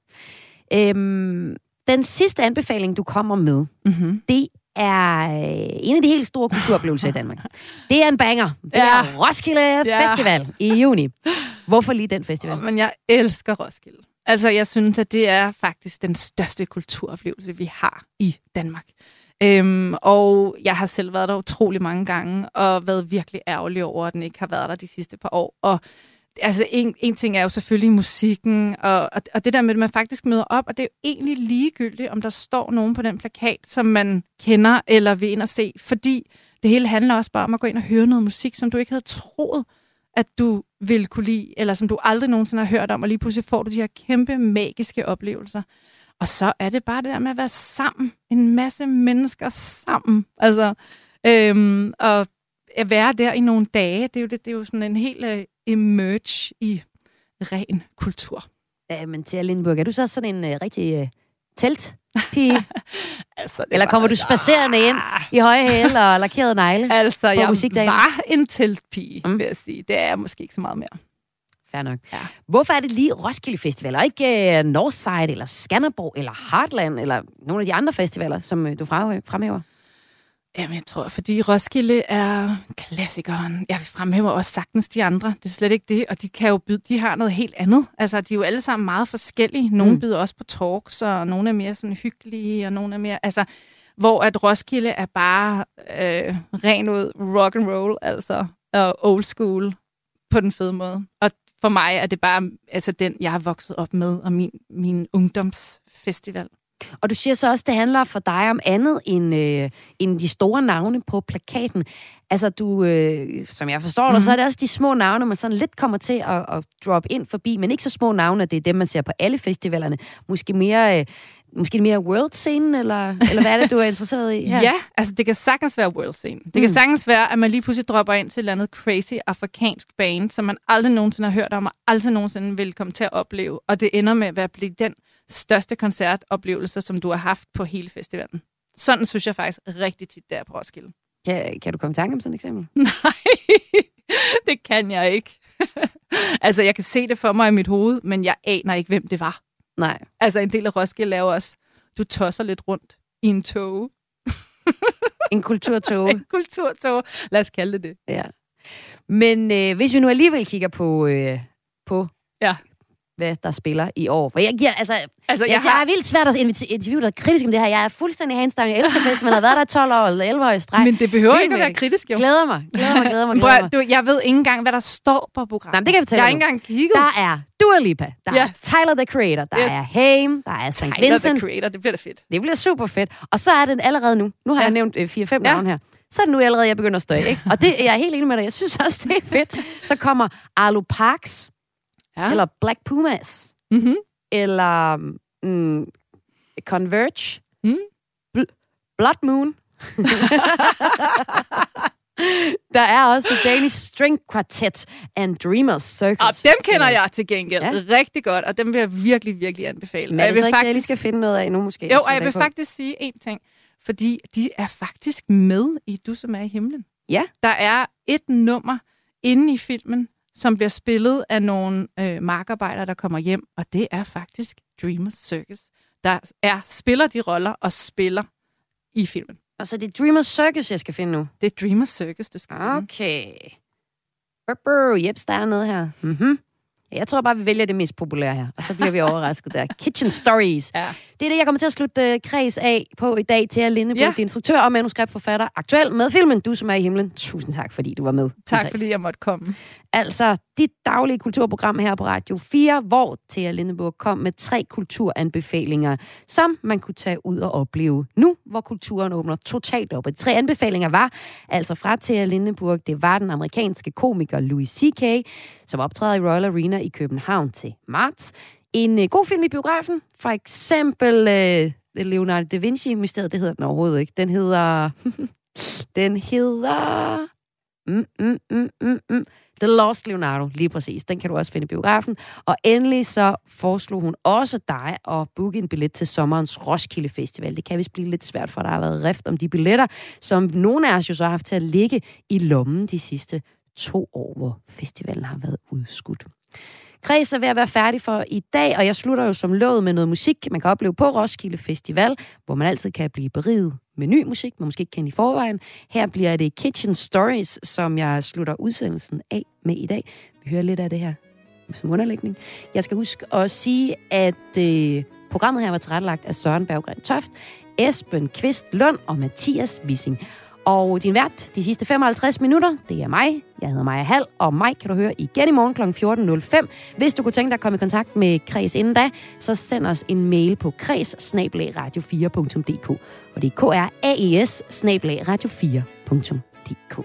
Øhm, den sidste anbefaling, du kommer med, mm-hmm. det er en af de helt store kulturoplevelser i Danmark. Det er en banger. Det ja. er Roskilde ja. Festival i juni. Hvorfor lige den festival? Oh, men jeg elsker Roskilde. Altså, jeg synes, at det er faktisk den største kulturoplevelse, vi har i Danmark. Øhm, og jeg har selv været der utrolig mange gange, og været virkelig ærgerlig over, at den ikke har været der de sidste par år. Og altså, en, en ting er jo selvfølgelig musikken, og, og, og det der med, at man faktisk møder op, og det er jo egentlig ligegyldigt, om der står nogen på den plakat, som man kender eller vil ind og se, fordi det hele handler også bare om at gå ind og høre noget musik, som du ikke havde troet, at du ville kunne lide, eller som du aldrig nogensinde har hørt om, og lige pludselig får du de her kæmpe magiske oplevelser. Og så er det bare det der med at være sammen. En masse mennesker sammen. Altså, øhm, og at være der i nogle dage, det er jo, det, det er jo sådan en helt uh, emerge i ren kultur. Ja, men Thea Lindeburg, er du så sådan en uh, rigtig uh, teltpige? altså, Eller kommer du spacerende ind i høje hæle og lakerede negle? Altså, jeg var en teltpige, mm. vil jeg sige. Det er jeg måske ikke så meget mere. Fair nok. Ja. Hvorfor er det lige Roskilde Festival, og ikke uh, Northside, eller Skanderborg, eller Heartland, eller nogle af de andre festivaler, som uh, du fremhæver? Jamen, jeg tror, fordi Roskilde er klassikeren. Jeg fremhæver også sagtens de andre. Det er slet ikke det, og de kan jo byde, de har noget helt andet. Altså, de er jo alle sammen meget forskellige. Nogle mm. byder også på talks, og nogle er mere sådan hyggelige, og nogle er mere... Altså, hvor at Roskilde er bare øh, ren ud rock and roll, altså, og old school på den fede måde. Og for mig er det bare altså den, jeg har vokset op med, og min, min ungdomsfestival. Og du siger så også, at det handler for dig om andet end, øh, end de store navne på plakaten. Altså, du, øh, som jeg forstår dig, mm-hmm. så er det også de små navne, man sådan lidt kommer til at, at droppe ind forbi, men ikke så små navne, det er dem, man ser på alle festivalerne. Måske mere... Øh, Måske mere world-scenen, eller, eller hvad er det, du er interesseret i her? Ja, altså det kan sagtens være world-scenen. Det mm. kan sagtens være, at man lige pludselig dropper ind til et eller andet crazy afrikansk band, som man aldrig nogensinde har hørt om, og aldrig nogensinde vil komme til at opleve. Og det ender med at blive den største koncertoplevelse, som du har haft på hele festivalen. Sådan synes jeg faktisk rigtig tit, der på Roskilde. Kan, kan du komme i tanke om sådan et eksempel? Nej, det kan jeg ikke. Altså, jeg kan se det for mig i mit hoved, men jeg aner ikke, hvem det var. Nej. Altså en del af Roskilde er jo også, du tosser lidt rundt i en tog. En kulturtog. En kulturtog. Lad os kalde det det. Ja. Men øh, hvis vi nu alligevel kigger på, øh, på ja. hvad der spiller i år. For jeg giver, altså, altså jeg, jeg, jeg har... er vildt svært at interviewe dig kritisk om det her. Jeg er fuldstændig handsdown. Jeg elsker festen, man har været der i tolv år eller elleve år i streg. Men det behøver Helt ikke at være kritisk, jo. Glæder mig, glæder mig, glæder mig. Glæder mig. Du, jeg ved ikke engang, hvad der står på programmet. Nej, det kan jeg fortælle Jeg har ikke engang kigget. Der er Dua Lipa, der yes. er Tyler, the Creator, der yes. er Haim, der er Saint Tyler, Vincent. the Creator, det bliver da fedt. Det bliver super fedt. Og så er den allerede nu. Nu har ja. jeg nævnt øh, fire fem ja. navne her. Så er det nu allerede, jeg begynder at stå af, ikke? Og det jeg er jeg helt enig med dig. Jeg synes også, det er fedt. Så kommer Arlo Parks, ja. eller Black Pumas, mm-hmm. eller mm, Converge, mm. Bl- Blood Moon. Der er også The Danish String Quartet and Dreamers Circus. Og dem kender jeg til gengæld ja. rigtig godt, og dem vil jeg virkelig, virkelig anbefale. Men er det jeg vil så ikke, faktisk... jeg lige skal finde noget af nu måske? Jo, og jeg vil på. faktisk sige en ting. Fordi de er faktisk med i Du, som er i himlen. Ja. Der er et nummer inde i filmen, som bliver spillet af nogle øh, markarbejdere, der kommer hjem, og det er faktisk Dreamers Circus, der er, spiller de roller og spiller i filmen. Og så det er Dreamers Circus, jeg skal finde nu? Det er Dreamers Circus, du skal finde. Okay. Brr, jeps, der er noget her. Mhm. Jeg tror bare, vi vælger det mest populære her, og så bliver vi overrasket der. Kitchen Stories. Ja. Det er det, jeg kommer til at slutte uh, kreds af på i dag. Thea Lindeburg, ja. instruktør og manuskriptforfatter, aktuel med filmen Du, som er i himlen. Tusind tak, fordi du var med. Tak, fordi jeg måtte komme. Altså, dit daglige kulturprogram her på Radio fire, hvor Thea Lindeburg kom med tre kulturanbefalinger, som man kunne tage ud og opleve nu, hvor kulturen åbner totalt op. Og de tre anbefalinger var altså fra Thea Lindeburg. Det var den amerikanske komiker Louis C K, som optræder i Royal Arena i København til marts. En uh, god film i biografen, for eksempel uh, Leonardo da Vinci-mysteriet, det hedder den overhovedet ikke. Den hedder... den hedder... Mm, mm, mm, mm, mm. The Lost Leonardo, lige præcis. Den kan du også finde i biografen. Og endelig så foreslog hun også dig at booke en billet til sommerens Roskilde Festival. Det kan vist blive lidt svært, for der har været rift om de billetter, som nogle af os jo så har haft til at ligge i lommen de sidste to år, hvor festivalen har været udskudt. Kreds er ved at være færdig for i dag, og jeg slutter jo som lovet med noget musik, man kan opleve på Roskilde Festival, hvor man altid kan blive beriget med ny musik, man måske ikke kender i forvejen. Her bliver det Kitchen Stories, som jeg slutter udsendelsen af med i dag. Vi hører lidt af det her som underlægning. Jeg skal huske at sige, at øh, programmet her var tilrettelagt af Søren Berggren Toft, Esben Kvist Lund og Mathias Wissing. Og din vært de sidste femoghalvtreds minutter, det er mig. Jeg hedder Maja Hall, og mig kan du høre igen i morgen klokken fjorten nul fem. Hvis du kunne tænke dig at komme i kontakt med Kreds inden da, så send os en mail på kreds bindestreg radio fire punktum d k. Og det er k r a e s bindestreg radio fire punktum d k.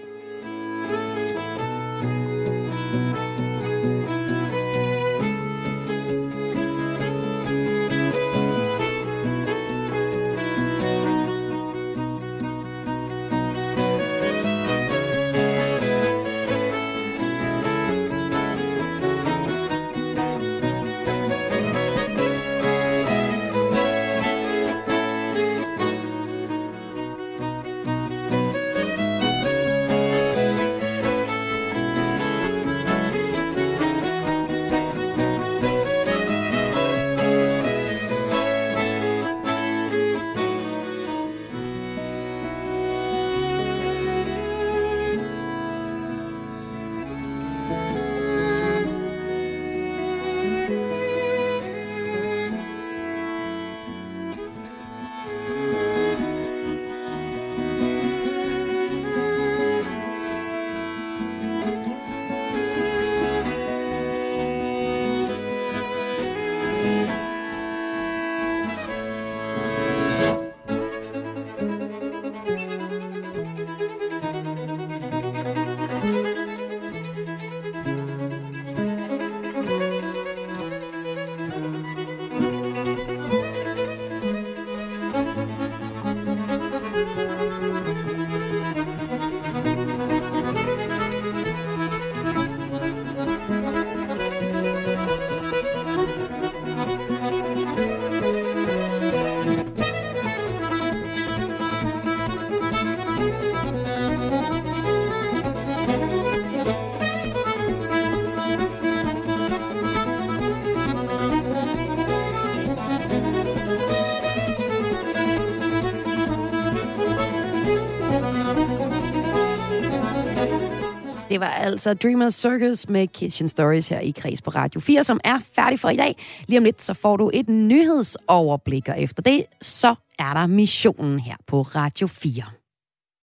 Det var altså Dreamers Circus med Kitchen Stories her i Kreds på Radio fire, som er færdig for i dag. Lige om lidt, så får du et nyhedsoverblik, og efter det, så er der missionen her på Radio fire.